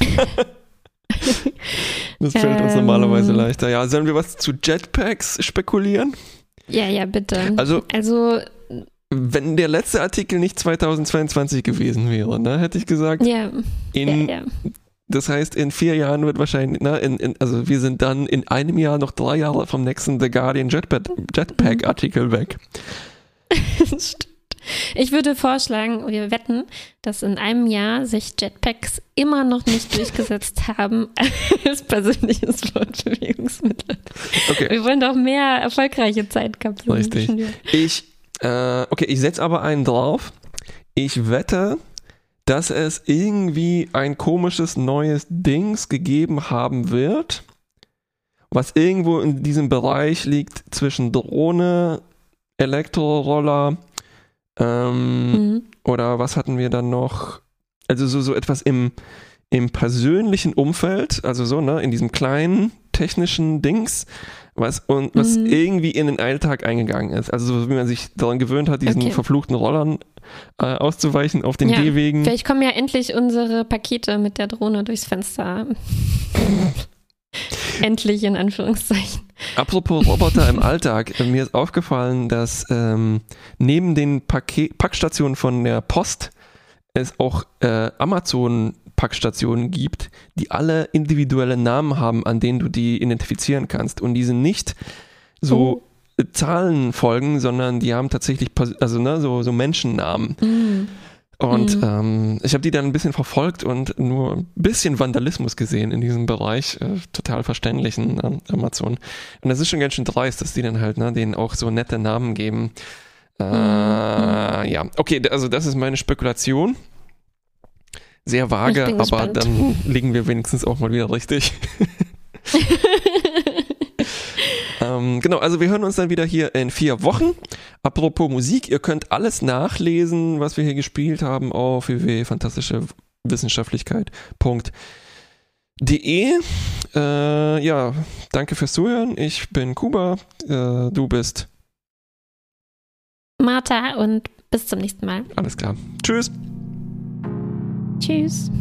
Das fällt ähm, uns normalerweise leichter. Ja, sollen wir was zu Jetpacks spekulieren? Ja, ja, bitte. Also, also wenn der letzte Artikel nicht zweitausendzweiundzwanzig gewesen wäre, ne, hätte ich gesagt, ja, in, ja, ja. das heißt, in vier Jahren wird wahrscheinlich, ne, in, in, also wir sind dann in einem Jahr noch drei Jahre vom nächsten The Guardian Jetpack, Jetpack-Artikel mhm. weg. Stimmt. Ich würde vorschlagen, wir wetten, dass in einem Jahr sich Jetpacks immer noch nicht durchgesetzt haben als persönliches Fortbewegungsmittel. Okay. Wir wollen doch mehr erfolgreiche Zeitkapseln. Richtig. Ich, äh, okay, ich setze aber einen drauf. Ich wette, dass es irgendwie ein komisches neues Dings gegeben haben wird, was irgendwo in diesem Bereich liegt zwischen Drohne, Elektroroller, ähm, mhm. oder was hatten wir dann noch? Also so, so etwas im, im persönlichen Umfeld, also so, ne, in diesem kleinen technischen Dings, was, und, was Mhm. irgendwie in den Alltag eingegangen ist. Also so wie man sich daran gewöhnt hat, diesen Okay. verfluchten Rollern äh, auszuweichen auf den Ja, Gehwegen. Vielleicht kommen ja endlich unsere Pakete mit der Drohne durchs Fenster. Endlich in Anführungszeichen. Apropos Roboter im Alltag, äh, mir ist aufgefallen, dass ähm, neben den Paket Packstationen von der Post es auch äh, Amazon-Packstationen gibt, die alle individuelle Namen haben, an denen du die identifizieren kannst. Und die sind nicht so Oh. Zahlen folgen, sondern die haben tatsächlich Pers- also, ne, so, so Menschennamen. Mhm. Und Mhm. ähm, ich habe die dann ein bisschen verfolgt und nur ein bisschen Vandalismus gesehen in diesem Bereich, äh, total verständlichen äh, Amazon. Und das ist schon ganz schön dreist, dass die dann halt ne, denen auch so nette Namen geben. Äh, Mhm. Ja, okay, d- also das ist meine Spekulation. Sehr Ich vage, bin aber gespannt. dann liegen wir wenigstens auch mal wieder richtig. Ähm, genau, also wir hören uns dann wieder hier in vier Wochen. Apropos Musik, ihr könnt alles nachlesen, was wir hier gespielt haben auf w w w punkt fantastische wissenschaftlichkeit punkt de. Äh, ja, danke fürs Zuhören. Ich bin Kuba, äh, du bist. Martha und bis zum nächsten Mal. Alles klar. Tschüss. Tschüss.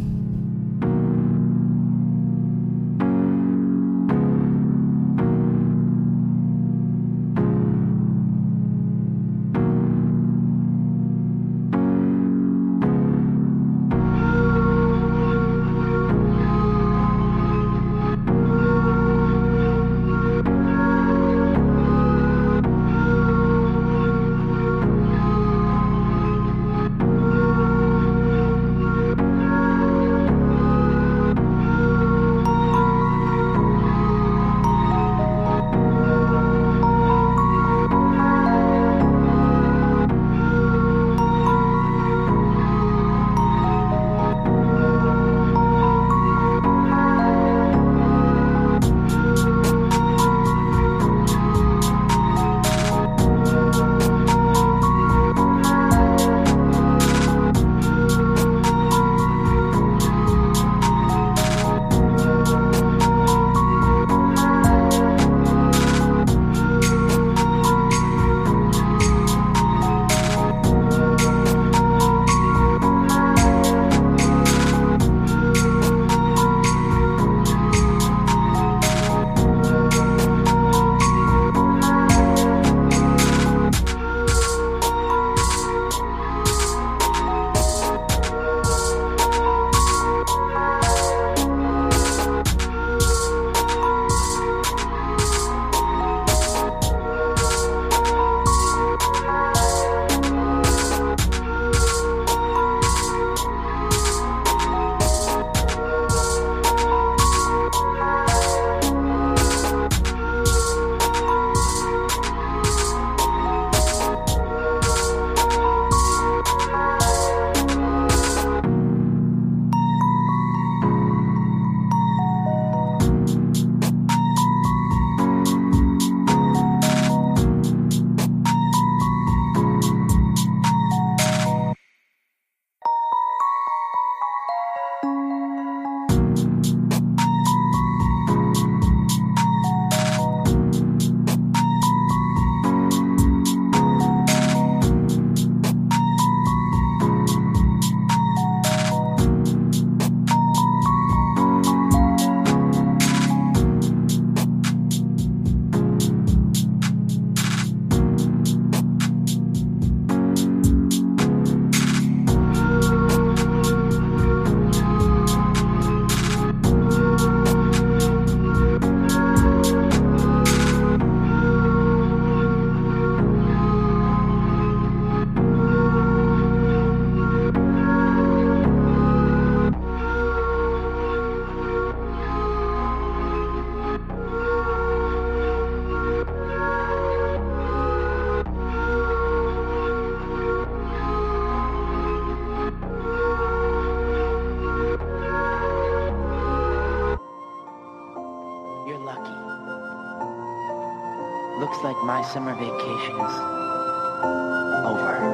Looks like my summer vacation is over.